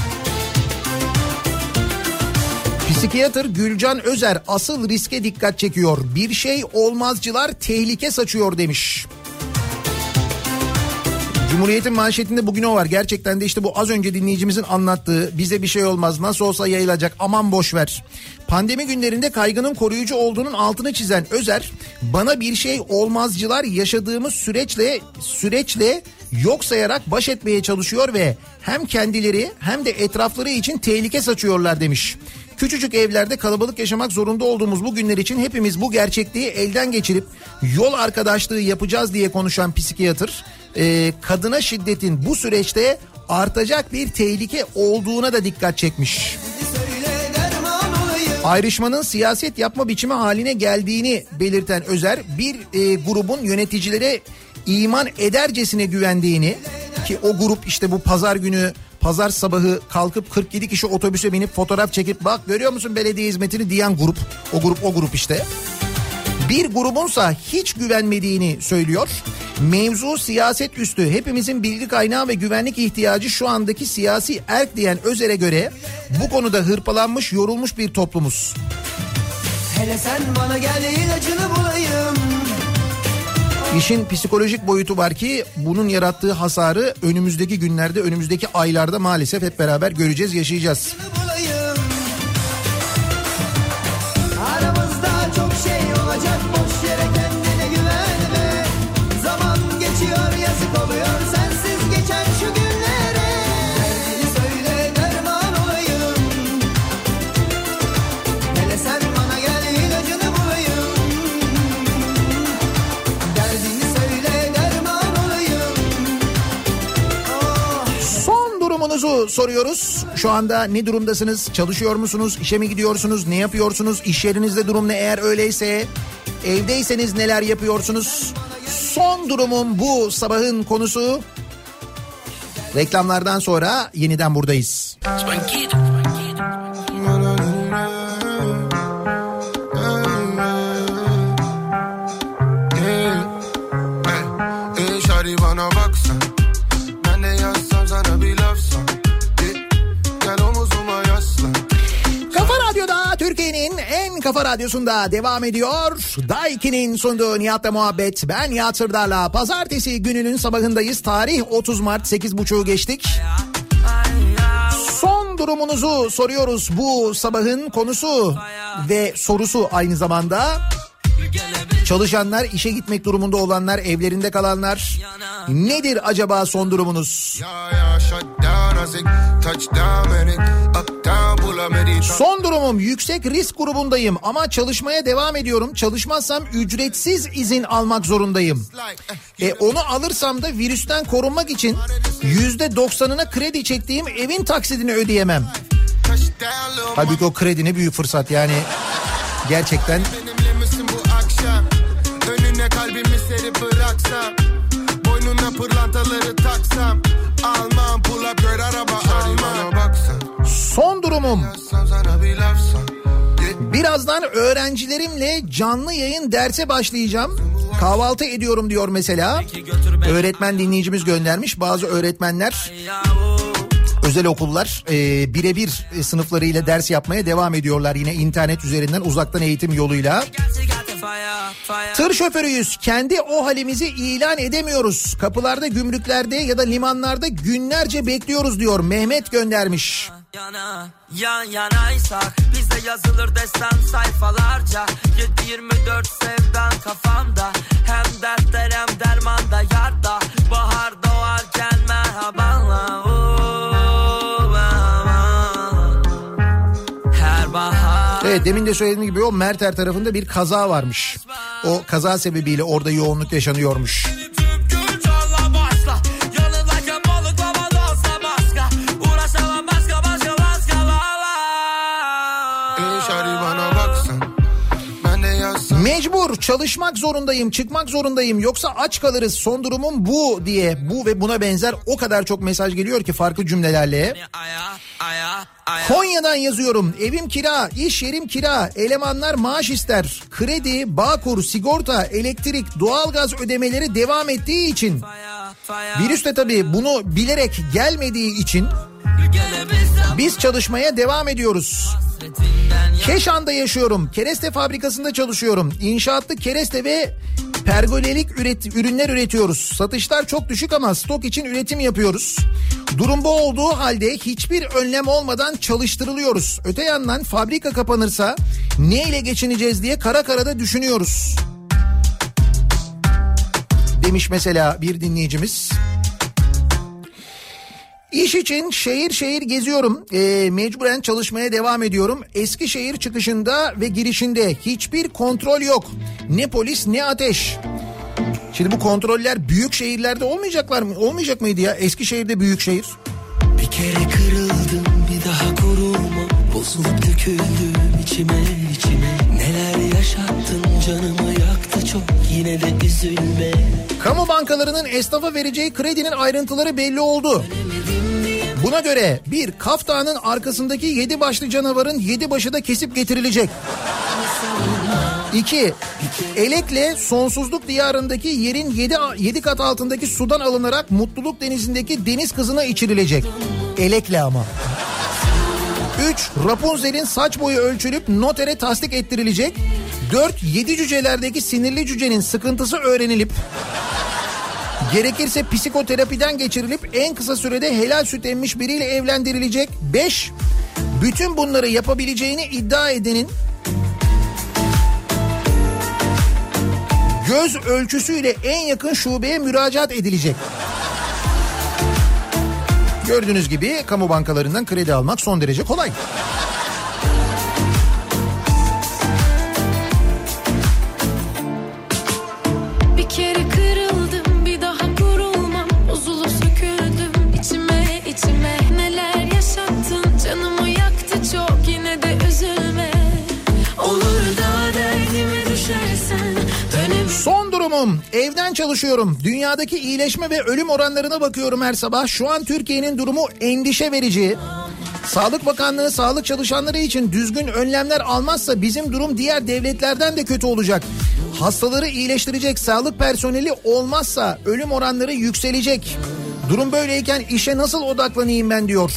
Psikiyatr Gülcan Özer asıl riske dikkat çekiyor. Bir şey olmazcılar tehlike saçıyor demiş. Cumhuriyet'in manşetinde bugün o var. Gerçekten de işte bu az önce dinleyicimizin anlattığı, bize bir şey olmaz, nasıl olsa yayılacak, aman boş ver. Pandemi günlerinde kaygının koruyucu olduğunun altını çizen Özer, bana bir şey olmazcılar yaşadığımız süreçle yok sayarak baş etmeye çalışıyor ve hem kendileri hem de etrafları için tehlike saçıyorlar demiş. Küçücük evlerde kalabalık yaşamak zorunda olduğumuz bu günler için hepimiz bu gerçekliği elden geçirip yol arkadaşlığı yapacağız diye konuşan psikiyatr, kadına şiddetin bu süreçte artacak bir tehlike olduğuna da dikkat çekmiş. Ayrışmanın siyaset yapma biçimi haline geldiğini belirten Özer, bir grubun yöneticilere iman edercesine güvendiğini, ki o grup işte bu pazar sabahı kalkıp 47 kişi otobüse binip fotoğraf çekip bak görüyor musun belediye hizmetini diyen grup, o grup işte. Bir grubunsa hiç güvenmediğini söylüyor. Mevzu siyaset üstü, hepimizin bilgi kaynağı ve güvenlik ihtiyacı şu andaki siyasi erk diyen Özer'e göre bu konuda hırpalanmış, yorulmuş bir toplumuz. Hele sen bana gel ilacını bulayım. İşin psikolojik boyutu var ki bunun yarattığı hasarı önümüzdeki günlerde, önümüzdeki aylarda maalesef hep beraber göreceğiz, yaşayacağız. Aramızda çok şey olacak, boş yere kendine güvenme. Zaman geçiyor, yazık oluyor sensiz geçen şu günlere. Derdini söyle, derman olayım. Hele sen bana gel ilacını bulayım. Derdini söyle, derman olayım. durumunuzu soruyoruz. Şu anda ne durumdasınız? Çalışıyor musunuz? İşe mi gidiyorsunuz? Ne yapıyorsunuz? İş yerinizde durum ne eğer öyleyse? Evdeyseniz neler yapıyorsunuz? Son durumum bu sabahın konusu. Reklamlardan sonra yeniden buradayız. Bana baksan, ben de yazsam sana bir lafsan, gel omuzuma yaslan. Kafa Radyo'da, Türkiye'nin en kafa radyosunda devam ediyor. Daiki'nin sunduğu Nihat'la muhabbet. Ben Nihat Sırdar'la pazartesi gününün sabahındayız. Tarih 30 Mart, 8.30'u geçtik. Son durumunuzu soruyoruz, bu sabahın konusu ve sorusu aynı zamanda. Çalışanlar, işe gitmek durumunda olanlar, evlerinde kalanlar, nedir acaba son durumunuz? Son durumum, yüksek risk grubundayım ama çalışmaya devam ediyorum. Çalışmazsam ücretsiz izin almak zorundayım. Onu alırsam da virüsten korunmak için %90'ına kredi çektiğim evin taksidini ödeyemem. Halbuki o kredi ne büyük fırsat yani, gerçekten. Önüne kalbimi serip bıraksam, boynuna pırlantaları taksam, almam pull up girl araba almam. Son durumum, birazdan öğrencilerimle canlı yayın derse başlayacağım. Kahvaltı ediyorum diyor mesela. Öğretmen dinleyicimiz göndermiş. Bazı öğretmenler, özel okullar birebir sınıflarıyla ders yapmaya devam ediyorlar. Yine internet üzerinden, uzaktan eğitim yoluyla. Tır şoförüyüz. Kendi o halimizi ilan edemiyoruz. Kapılarda, gümrüklerde ya da limanlarda günlerce bekliyoruz diyor. Mehmet göndermiş. Yan yanaysak bizde yazılır destan sayfalarca. 7/24 sevdan kafamda. Hem dertler hem dermanda yarda. Bahar doğarken merhabalar. Her bahar. Evet, demin de söylediğim gibi o Merter tarafında bir kaza varmış. O kaza sebebiyle orada yoğunluk yaşanıyormuş. Mecbur çalışmak zorundayım, çıkmak zorundayım, yoksa aç kalırız, son durumum bu diye, bu ve buna benzer o kadar çok mesaj geliyor ki farklı cümlelerle. Konya'dan yazıyorum. Evim kira, iş yerim kira, elemanlar maaş ister. Kredi, Bağkur, sigorta, elektrik, doğalgaz ödemeleri devam ettiği için, virüs de tabii bunu bilerek gelmediği için biz çalışmaya devam ediyoruz. Keşan'da yaşıyorum. Kereste fabrikasında çalışıyorum. İnşaatlı kereste ve pergolelik ürünler üretiyoruz. Satışlar çok düşük ama stok için üretim yapıyoruz. Durum bu olduğu halde hiçbir önlem olmadan çalıştırılıyoruz. Öte yandan fabrika kapanırsa ne ile geçineceğiz diye kara karada düşünüyoruz. Demiş mesela bir dinleyicimiz. İş için şehir şehir geziyorum. Mecburen çalışmaya devam ediyorum. Eskişehir çıkışında ve girişinde hiçbir kontrol yok. Ne polis ne ateş. Şimdi bu kontroller büyük şehirlerde olmayacak mıydı ya? Eskişehir'de büyük şehir. Bir kere kırıldım, bir daha korulmam. Bozulup döküldüm içime. Neler yaşattın, canımı yaktı çok, yine de üzülme. Kamu bankalarının esnafa vereceği kredinin ayrıntıları belli oldu. Buna göre bir kaftanın arkasındaki 7 başlı canavarın 7 başı da kesip getirilecek. 2. Elekle sonsuzluk diyarındaki yerin 7 kat altındaki sudan alınarak Mutluluk Denizi'ndeki deniz kızına içirilecek. Elekle ama. 3. Rapunzel'in saç boyu ölçülüp notere tasdik ettirilecek. 4. 7 cücelerdeki sinirli cücenin sıkıntısı öğrenilip gerekirse psikoterapiden geçirilip en kısa sürede helal süt emmiş biriyle evlendirilecek. 5. Bütün bunları yapabileceğini iddia edenin göz ölçüsüyle en yakın şubeye müracaat edilecek. Gördüğünüz gibi kamu bankalarından kredi almak son derece kolay. Bir kere kırıldım, bir daha kurulmam. Bozulup söküldüm içime. Neler durumum. Evden çalışıyorum. Dünyadaki iyileşme ve ölüm oranlarına bakıyorum her sabah. Şu an Türkiye'nin durumu endişe verici. Sağlık Bakanlığı sağlık çalışanları için düzgün önlemler almazsa bizim durum diğer devletlerden de kötü olacak. Hastaları iyileştirecek sağlık personeli olmazsa ölüm oranları yükselecek. Durum böyleyken işe nasıl odaklanayım ben diyor.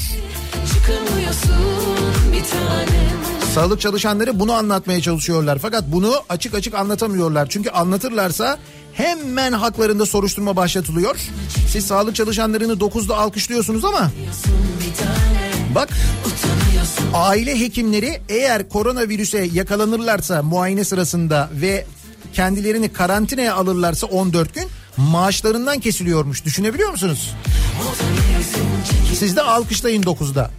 Sağlık çalışanları bunu anlatmaya çalışıyorlar. Fakat bunu açık açık anlatamıyorlar. Çünkü anlatırlarsa hemen haklarında soruşturma başlatılıyor. Siz sağlık çalışanlarını 9'da alkışlıyorsunuz ama bak, aile hekimleri eğer koronavirüse yakalanırlarsa muayene sırasında ve kendilerini karantinaya alırlarsa 14 gün maaşlarından kesiliyormuş. Düşünebiliyor musunuz? Siz de alkışlayın 9'da.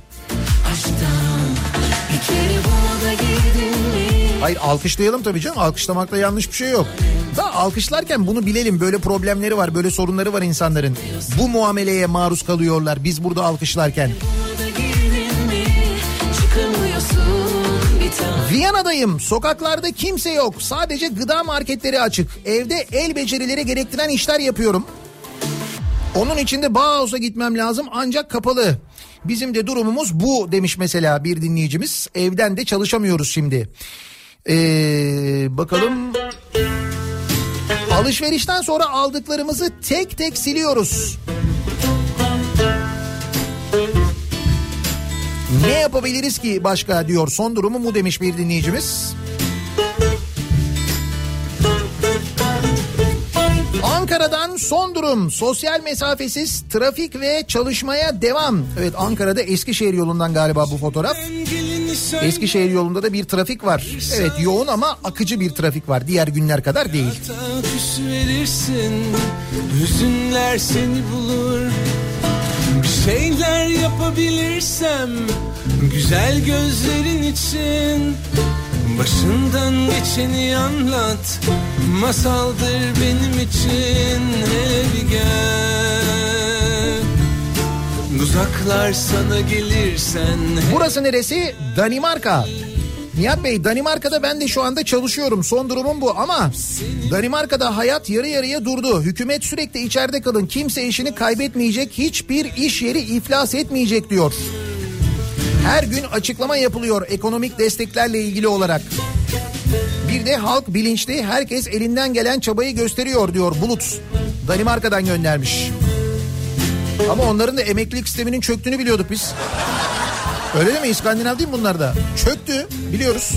Hayır, alkışlayalım tabii canım. Alkışlamakta yanlış bir şey yok. Da alkışlarken bunu bilelim. Böyle problemleri var, böyle sorunları var insanların. Bu muameleye maruz kalıyorlar biz burada alkışlarken. Viyana'dayım. Sokaklarda kimse yok. Sadece gıda marketleri açık. Evde el becerileri gerektiren işler yapıyorum. Onun için de Bauhaus'a gitmem lazım ancak kapalı. Bizim de durumumuz bu demiş mesela bir dinleyicimiz. Evden de çalışamıyoruz şimdi. Bakalım. Alışverişten sonra aldıklarımızı tek tek siliyoruz. Ne yapabiliriz ki başka diyor, son durumu mu demiş bir dinleyicimiz. Ankara'dan son durum. Sosyal mesafesiz trafik ve çalışmaya devam. Evet, Ankara'da Eskişehir yolundan galiba bu fotoğraf. Eskişehir yolunda da bir trafik var. Evet, yoğun ama akıcı bir trafik var. Diğer günler kadar değil. Verirsin, hüzünler seni bulur. Bir şeyler yapabilirsem güzel gözlerin için. Başından geçeni anlat, masaldır benim için. Hele bir gel, uzaklar sana gelirsen. Burası neresi? Danimarka. Nihat Bey, Danimarka'da ben de şu anda çalışıyorum. Son durumum bu ama Danimarka'da hayat yarı yarıya durdu. Hükümet sürekli içeride kalın, kimse işini kaybetmeyecek, hiçbir iş yeri iflas etmeyecek diyor. Her gün açıklama yapılıyor ekonomik desteklerle ilgili olarak. Bir de halk bilinçli, herkes elinden gelen çabayı gösteriyor diyor Bulut. Danimarka'dan göndermiş. Ama onların da emeklilik sisteminin çöktüğünü biliyorduk biz. Öyle değil mi? İskandinav değil mi bunlar da? Çöktü, biliyoruz.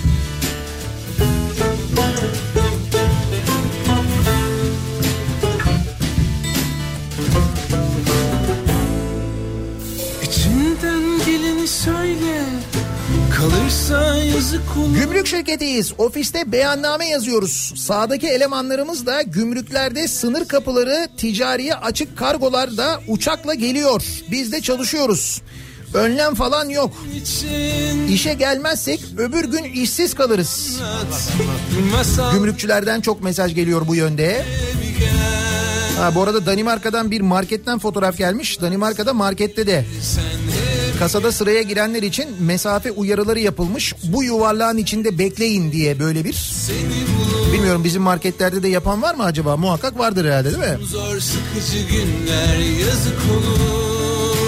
İçinden geleni söyle, kalırsa yazık olur. Gümrük şirketiyiz. Ofiste beyanname yazıyoruz. Sağdaki elemanlarımız da gümrüklerde sınır kapıları, ticariye açık kargolarda uçakla geliyor. Biz de çalışıyoruz. Önlem falan yok. İşe gelmezsek öbür gün işsiz kalırız. Gümrükçülerden çok mesaj geliyor bu yönde. Bu arada Danimarka'dan bir marketten fotoğraf gelmiş. Danimarka'da markette de kasada sıraya girenler için mesafe uyarıları yapılmış. Bu yuvarlağın içinde bekleyin diye böyle bir. Bilmiyorum, bizim marketlerde de yapan var mı acaba? Muhakkak vardır herhalde, değil mi? Zor sıkıcı günler yazık olur.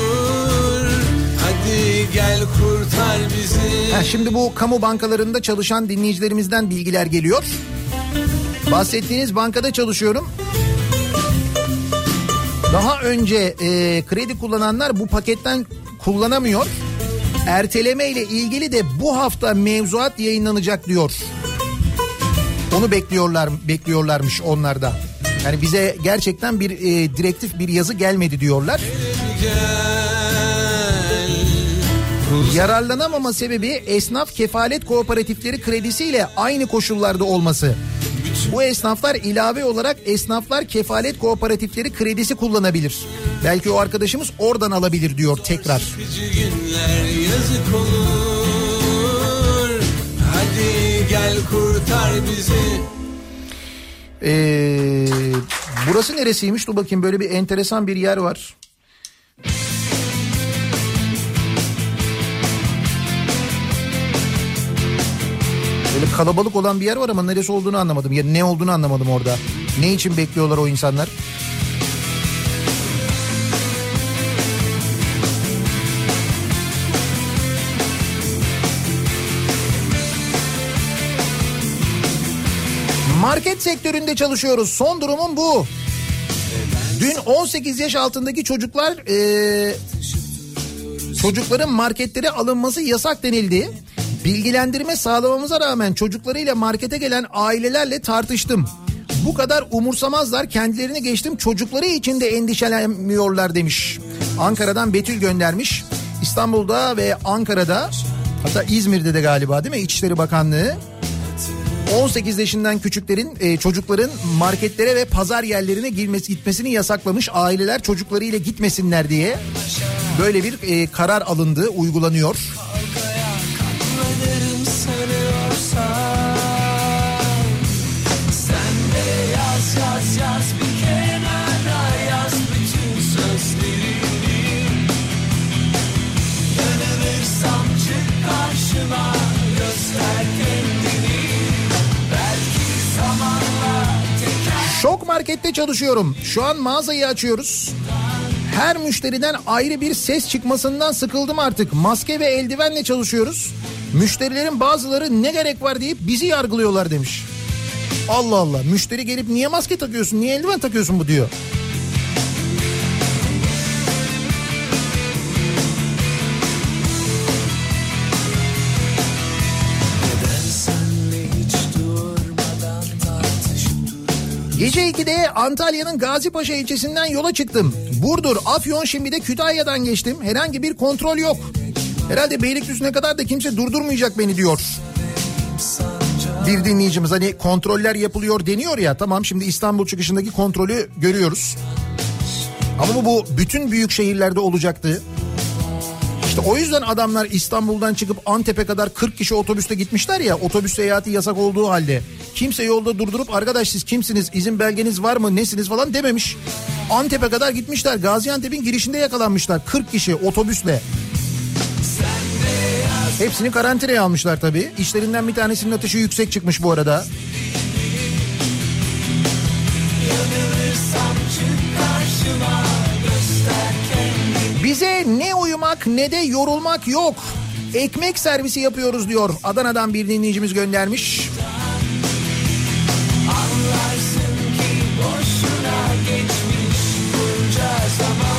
Hadi gel kurtar bizi. Şimdi bu kamu bankalarında çalışan dinleyicilerimizden bilgiler geliyor. Bahsettiğiniz bankada çalışıyorum. Daha önce kredi kullananlar bu paketten kullanamıyor. Erteleme ile ilgili de bu hafta mevzuat yayınlanacak diyor. Onu bekliyorlarmış onlar da. Yani bize gerçekten bir direktif, bir yazı gelmedi diyorlar. Yararlanamama sebebi esnaf kefalet kooperatifleri kredisiyle aynı koşullarda olması. Bu esnaflar ilave olarak esnaflar kefalet kooperatifleri kredisi kullanabilir. Belki o arkadaşımız oradan alabilir diyor tekrar. Günler yazık olur. Hadi gel kurtar bizi. Burası neresiymiş? Dur bakayım, böyle bir enteresan bir yer var. Böyle kalabalık olan bir yer var ama neresi olduğunu anlamadım. Ya ne olduğunu anlamadım orada. Ne için bekliyorlar o insanlar? Market sektöründe çalışıyoruz. Son durumum bu. Dün 18 yaş altındaki çocukların marketlere alınması yasak denildi. Bilgilendirme sağlamamıza rağmen çocuklarıyla markete gelen ailelerle tartıştım. Bu kadar umursamazlar, kendilerini geçtim, çocukları için de endişelenmiyorlar demiş. Ankara'dan Betül göndermiş. İstanbul'da ve Ankara'da, hatta İzmir'de de galiba değil mi? İçişleri Bakanlığı 18 yaşından küçüklerin, çocukların marketlere ve pazar yerlerine gitmesini yasaklamış. Aileler çocuklarıyla gitmesinler diye böyle bir karar alındı, uygulanıyor. Yaz bir kenara, yaz bütün sözlerini. Yanılırsam çık karşıma, göster kendini. Belki zamanla teker. Şok markette çalışıyorum. Şu an mağazayı açıyoruz. Her müşteriden ayrı bir ses çıkmasından sıkıldım artık. Maske ve eldivenle çalışıyoruz. Müşterilerin bazıları ne gerek var deyip bizi yargılıyorlar demiş. Allah Allah, müşteri gelip niye maske takıyorsun, niye eldiven takıyorsun bu diyor. Gece 2'de Antalya'nın Gazipaşa ilçesinden yola çıktım. Burdur, Afyon, şimdi de Kütahya'dan geçtim. Herhangi bir kontrol yok. Herhalde Beylikdüzü'ne kadar da kimse durdurmayacak beni diyor. Bir dinleyicimiz, hani kontroller yapılıyor deniyor ya, tamam, şimdi İstanbul çıkışındaki kontrolü görüyoruz. Ama bu bütün büyük şehirlerde olacaktı. İşte o yüzden adamlar İstanbul'dan çıkıp Antep'e kadar 40 kişi otobüste gitmişler ya, otobüs seyahati yasak olduğu halde. Kimse yolda durdurup arkadaş siz kimsiniz, izin belgeniz var mı, nesiniz falan dememiş. Antep'e kadar gitmişler, Gaziantep'in girişinde yakalanmışlar 40 kişi otobüsle. Hepsini karantinaya almışlar tabii. İşlerinden bir tanesinin ateşi yüksek çıkmış bu arada. Bize ne uyumak ne de yorulmak yok. Ekmek servisi yapıyoruz diyor. Adana'dan bir dinleyicimiz göndermiş. Anlarsın ki boşuna geçmiş bunca zaman.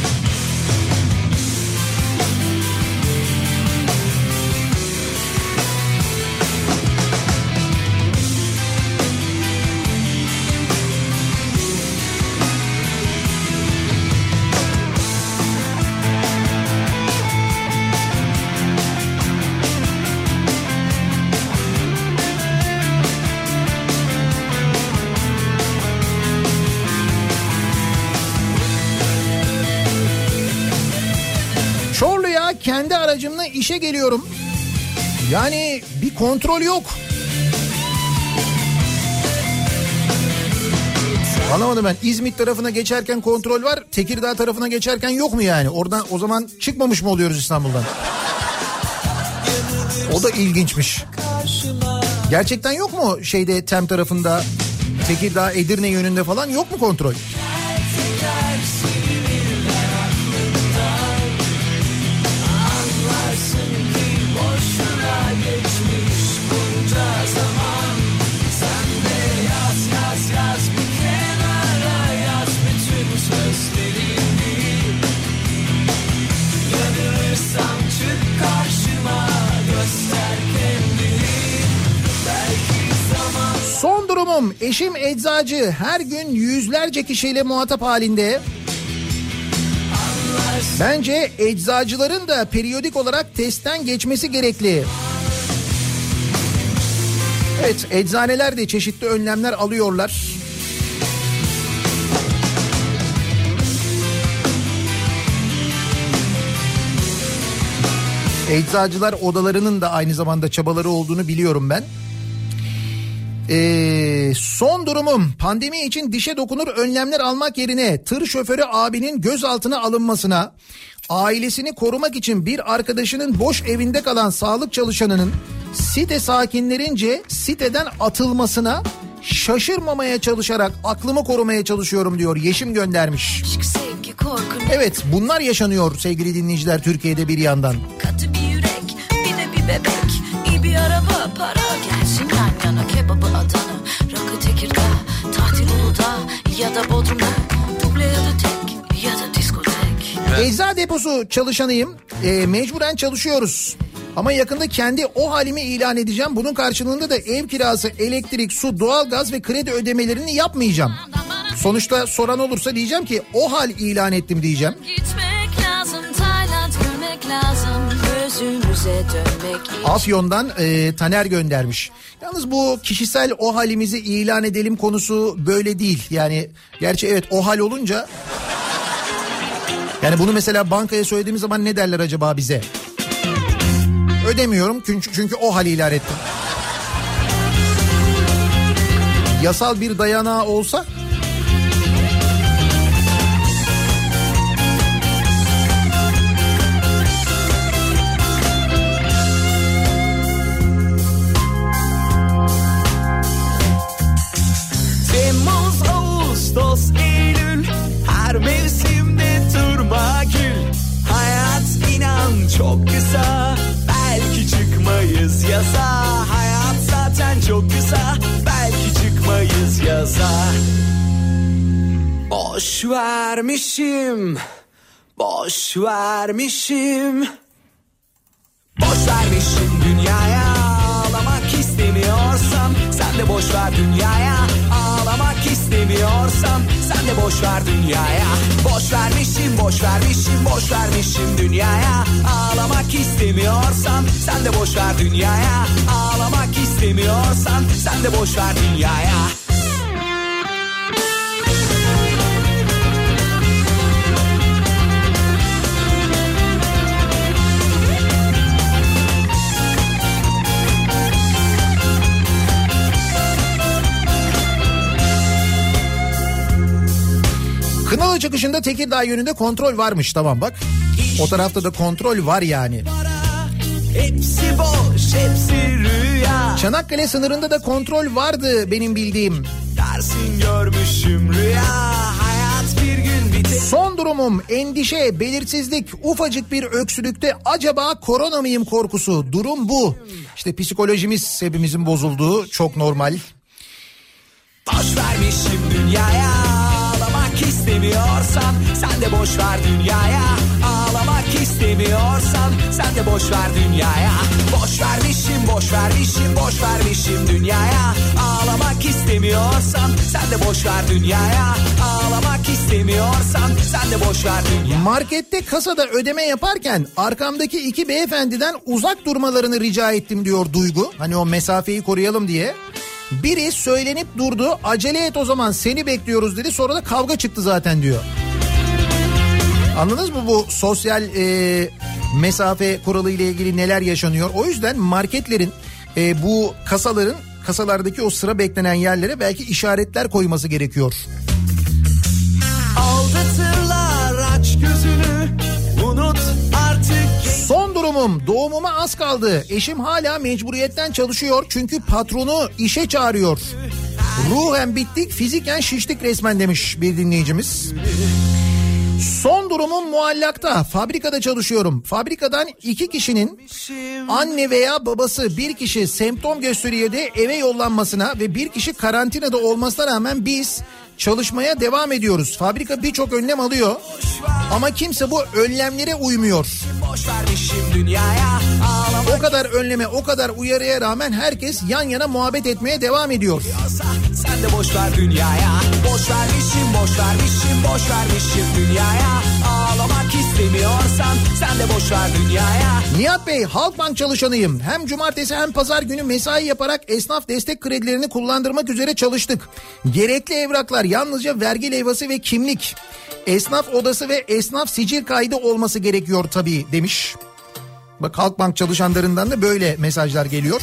Kendi aracımla işe geliyorum. Yani bir kontrol yok. Anlamadım ben. İzmit tarafına geçerken kontrol var. Tekirdağ tarafına geçerken yok mu yani? Oradan o zaman çıkmamış mı oluyoruz İstanbul'dan? O da ilginçmiş. Gerçekten yok mu şeyde, Tem tarafında, Tekirdağ, Edirne yönünde falan yok mu kontrol? Son durumum, eşim eczacı, her gün yüzlerce kişiyle muhatap halinde. Bence eczacıların da periyodik olarak testten geçmesi gerekli. Evet, eczaneler de çeşitli önlemler alıyorlar. Eczacılar odalarının da aynı zamanda çabaları olduğunu biliyorum ben. Son durumum, pandemi için dişe dokunur önlemler almak yerine tır şoförü abinin gözaltına alınmasına, ailesini korumak için bir arkadaşının boş evinde kalan sağlık çalışanının site sakinlerince siteden atılmasına Şaşırmamaya çalışarak aklımı korumaya çalışıyorum diyor. Yeşim göndermiş. Evet, bunlar yaşanıyor sevgili dinleyiciler Türkiye'de bir yandan. Katı bir yürek, bir de bir bebek, iyi bir araba, para gelsin yan yana, kebabı Adana, rakı Tekirdağ, tatil Uludağ ya da Bodrum'da, duble ya da tek ya da diskotek. Eczacı deposu çalışanıyım. Mecburen çalışıyoruz. Ama yakında kendi o halimi ilan edeceğim. Bunun karşılığında da ev kirası, elektrik, su, doğalgaz ve kredi ödemelerini yapmayacağım. Sonuçta soran olursa diyeceğim ki o hal ilan ettim diyeceğim. Gitmek lazım, Tayland görmek lazım, gözümüze dönmek. Afyon'dan Taner göndermiş. Yalnız bu kişisel o halimizi ilan edelim konusu böyle değil. Yani gerçi evet o hal olunca... Yani bunu mesela bankaya söylediğimiz zaman ne derler acaba bize? Ödemiyorum çünkü o hal ilan ettim. Yasal bir dayanağı olsa... Temmuz, Ağustos, Eylül, her mevsimde turma gül. Hayat inan çok kısa, belki çıkmayız yaza. Hayat zaten çok kısa, belki çıkmayız yaza. Boş vermişim, boş vermişim. Boş vermişim dünyaya, ağlamak istemiyorsam sen de boş ver dünyaya. Ağlamak istemiyorsam sen de boş ver dünyaya. Boş vermişim, boş vermişim, boş vermişim dünyaya. Ağlamak istemiyorsam sen de boş ver dünyaya. Ağlamak istemiyorsan sen de boş ver dünyaya. Kınalı çıkışında Tekirdağ yönünde kontrol varmış, tamam bak. O tarafta da kontrol var yani. Hepsi boş, hepsi rüya. Çanakkale sınırında da kontrol vardı benim bildiğim. Dersin görmüşüm rüya. Hayat bir gün biter. Son durumum endişe, belirsizlik, ufacık bir öksürükte acaba korona mıyım korkusu. Durum bu. İşte psikolojimiz hepimizin bozulduğu çok normal. Boş vermişim dünyaya. Ağlamak istemiyorsan sen de boş ver dünyaya. Ağlamak istemiyorsan sen de boş ver dünyaya. Boş vermişim, boş vermişim, boş vermişim dünyaya. Ağlamak istemiyorsan sen de boş ver dünyaya. Ağlamak istemiyorsan sen de boş ver dünyaya. Markette kasada ödeme yaparken arkamdaki iki beyefendiden uzak durmalarını rica ettim diyor Duygu. Hani o mesafeyi koruyalım diye. Biri söylenip durdu, acele et o zaman seni bekliyoruz dedi, sonra da kavga çıktı zaten diyor. Anladınız mı bu sosyal mesafe kuralı ile ilgili neler yaşanıyor? O yüzden marketlerin bu kasalardaki o sıra beklenen yerlere belki işaretler koyması gerekiyor. Aldatırlar, aç gözünü, unut artık. Son durumum, doğumuma az kaldı. Eşim hala mecburiyetten çalışıyor çünkü patronu işe çağırıyor. Ruhen bittik, fiziken şiştik resmen demiş bir dinleyicimiz. Son durumum muallakta. Fabrikada çalışıyorum. Fabrikadan 2 kişinin anne veya babası, bir kişi semptom gösteriyor diye eve yollanmasına ve bir kişi karantinada olmasına rağmen biz çalışmaya devam ediyoruz. Fabrika birçok önlem alıyor ama kimse bu önlemlere uymuyor. O kadar önleme, o kadar uyarıya rağmen herkes yan yana muhabbet etmeye devam ediyor. Sen de boş ver dünyaya. Boş vermişim, boş vermişim, boş vermişim dünyaya. Ağlamak istemiyorsan sen de boş ver dünyaya. Nihat Bey, Halkbank çalışanıyım. Hem cumartesi hem pazar günü mesai yaparak esnaf destek kredilerini kullandırmak üzere çalıştık. Gerekli evraklar yalnızca vergi levhası ve kimlik. Esnaf odası ve esnaf sicil kaydı olması gerekiyor tabii demiş. Bak, Halkbank çalışanlarından da böyle mesajlar geliyor.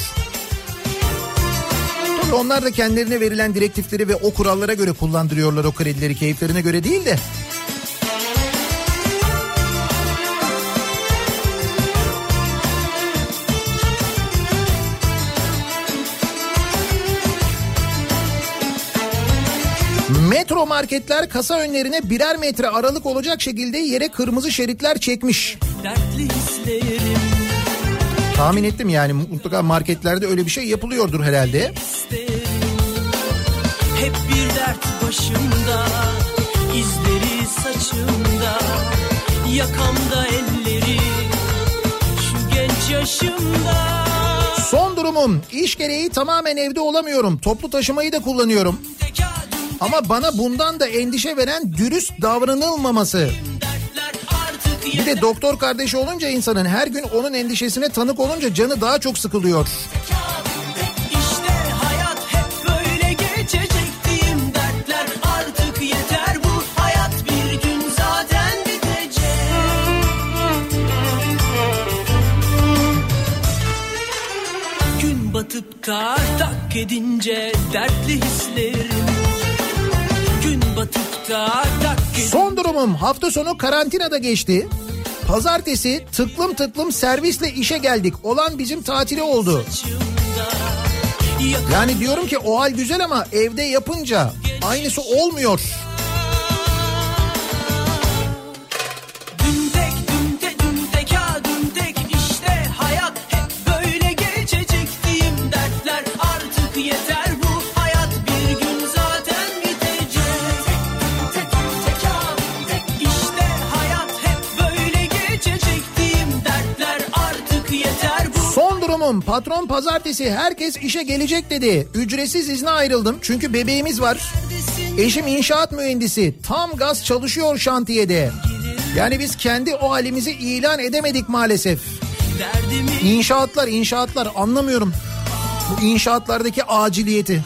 Tabii onlar da kendilerine verilen direktifleri ve o kurallara göre kullandırıyorlar o kredileri, keyiflerine göre değil de. Metro marketler kasa önlerine 1'er metre aralık olacak şekilde yere kırmızı şeritler çekmiş. Tahmin ettim yani, mutlaka marketlerde öyle bir şey yapılıyordur herhalde. Hep bir dert başımda, izleri saçımda, yakamda elleri, şu genç yaşımda. Son durumum, iş gereği tamamen evde olamıyorum. Toplu taşımayı da kullanıyorum. Ama bana bundan da endişe veren dürüst davranılmaması. Bir de doktor kardeşi olunca insanın, her gün onun endişesine tanık olunca canı daha çok sıkılıyor. İşte hayat hep böyle geçecek diyeyim, dertler artık yeter, bu hayat bir gün zaten bitecek. Gün batıp tak tak edince dertli hislerim. Gün batıp tak tak edince. Son durumum, hafta sonu karantinada geçti. Pazartesi tıklım tıklım servisle işe geldik. Olan bizim tatili oldu. Yani diyorum ki o hal güzel ama evde yapınca aynısı olmuyor. Patron pazartesi herkes işe gelecek dedi. Ücretsiz izne ayrıldım çünkü bebeğimiz var. Eşim inşaat mühendisi, tam gaz çalışıyor şantiyede. Yani biz kendi o halimizi ilan edemedik maalesef. İnşaatlar anlamıyorum bu inşaatlardaki aciliyeti.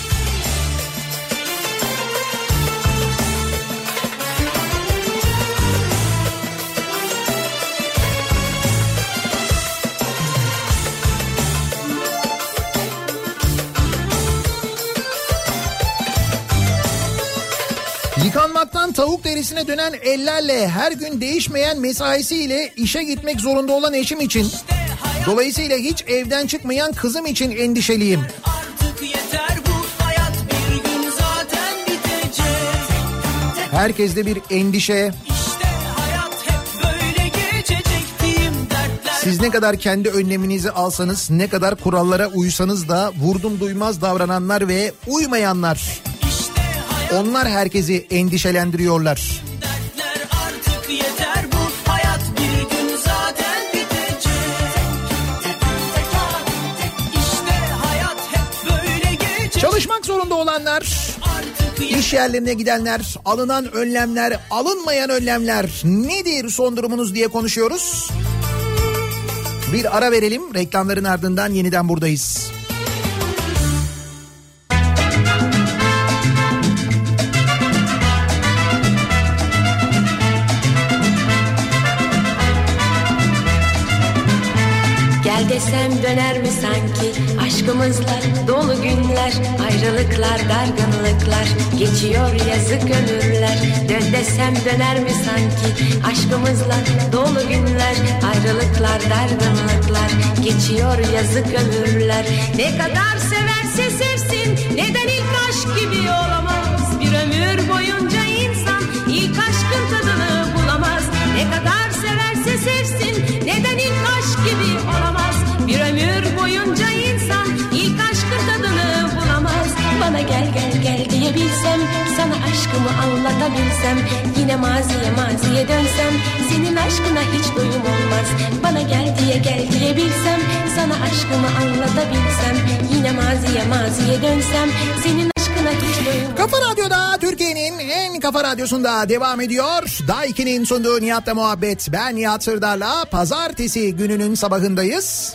Yıkanmaktan tavuk derisine dönen ellerle, her gün değişmeyen mesaisiyle işe gitmek zorunda olan eşim için, dolayısıyla hiç evden çıkmayan kızım için endişeliyim. Herkeste bir endişe. Siz ne kadar kendi önleminizi alsanız, ne kadar kurallara uysanız da vurdum duymaz davrananlar ve uymayanlar, onlar herkesi endişelendiriyorlar. Çalışmak zorunda olanlar, iş yerlerine gidenler, alınan önlemler, alınmayan önlemler nedir, son durumunuz diye konuşuyoruz. Bir ara verelim, reklamların ardından yeniden buradayız. Gel desem döner mi sanki aşkımızla dolu günler, ayrılıklar, dargınlıklar, geçiyor yazık ömürler. Dön desem döner mi sanki aşkımızla dolu günler, ayrılıklar, dargınlıklar, geçiyor yazık ömürler. Ne kadar severse sevsin, neden ilk aşk gibi olamaz? Bir ömür boyunca insan ilk aşkın tadını bulamaz. Ne kadar severse sevsin, neden ilk aşk gibi olamaz? Bir ömür boyunca insan ilk aşkın tadını bulamaz. Bana gel gel gel diyebilsem, sana aşkımı anlatabilsem, yine maziye dönsem, senin aşkına hiç doyum olmaz. Bana gel diyebilsem, sana aşkımı anlatabilsem, yine maziye dönsem, senin aşkına hiç doyum olmaz. Kafa Radyo'da, Türkiye'nin en kafa radyosunda devam ediyor. Daiki'nin sunduğu Nihat'la muhabbet. Ben Nihat Sırdar'la pazartesi gününün sabahındayız.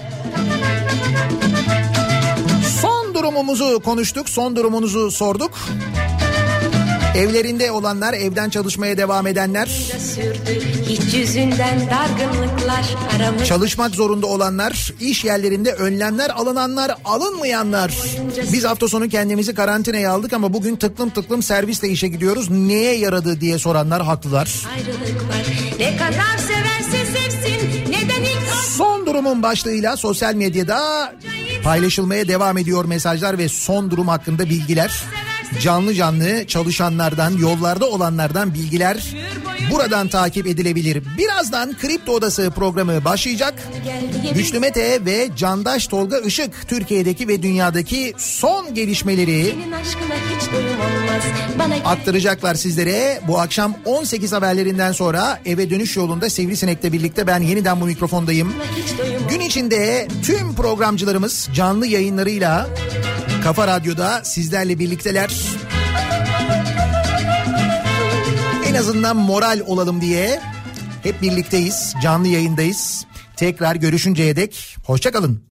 Son durumumuzu konuştuk, son durumunuzu sorduk. Evlerinde olanlar, evden çalışmaya devam edenler, hiç yüzünden dargınlıklar aramız. Çalışmak zorunda olanlar, iş yerlerinde önlemler alınanlar, alınmayanlar. Biz hafta sonu kendimizi karantinaya aldık ama bugün tıklım tıklım servisle işe gidiyoruz. Neye yaradı diye soranlar haklılar. Ne kadar severse sevsin, neden ilk... Son durumun başlığıyla sosyal medyada paylaşılmaya devam ediyor mesajlar ve son durum hakkında bilgiler. canlı canlı çalışanlardan, yollarda olanlardan bilgiler buradan takip edilebilir. Birazdan Kripto Odası programı başlayacak. Güçlü Mete ve Candaş Tolga Işık Türkiye'deki ve dünyadaki son gelişmeleri aktaracaklar sizlere. Bu akşam 18 haberlerinden sonra eve dönüş yolunda Sivrisinek'le birlikte ben yeniden bu mikrofondayım. Gün içinde tüm programcılarımız canlı yayınlarıyla Kafa Radyo'da sizlerle birlikteler. En azından moral olalım diye hep birlikteyiz, canlı yayındayız. Tekrar görüşünceye dek hoşça kalın.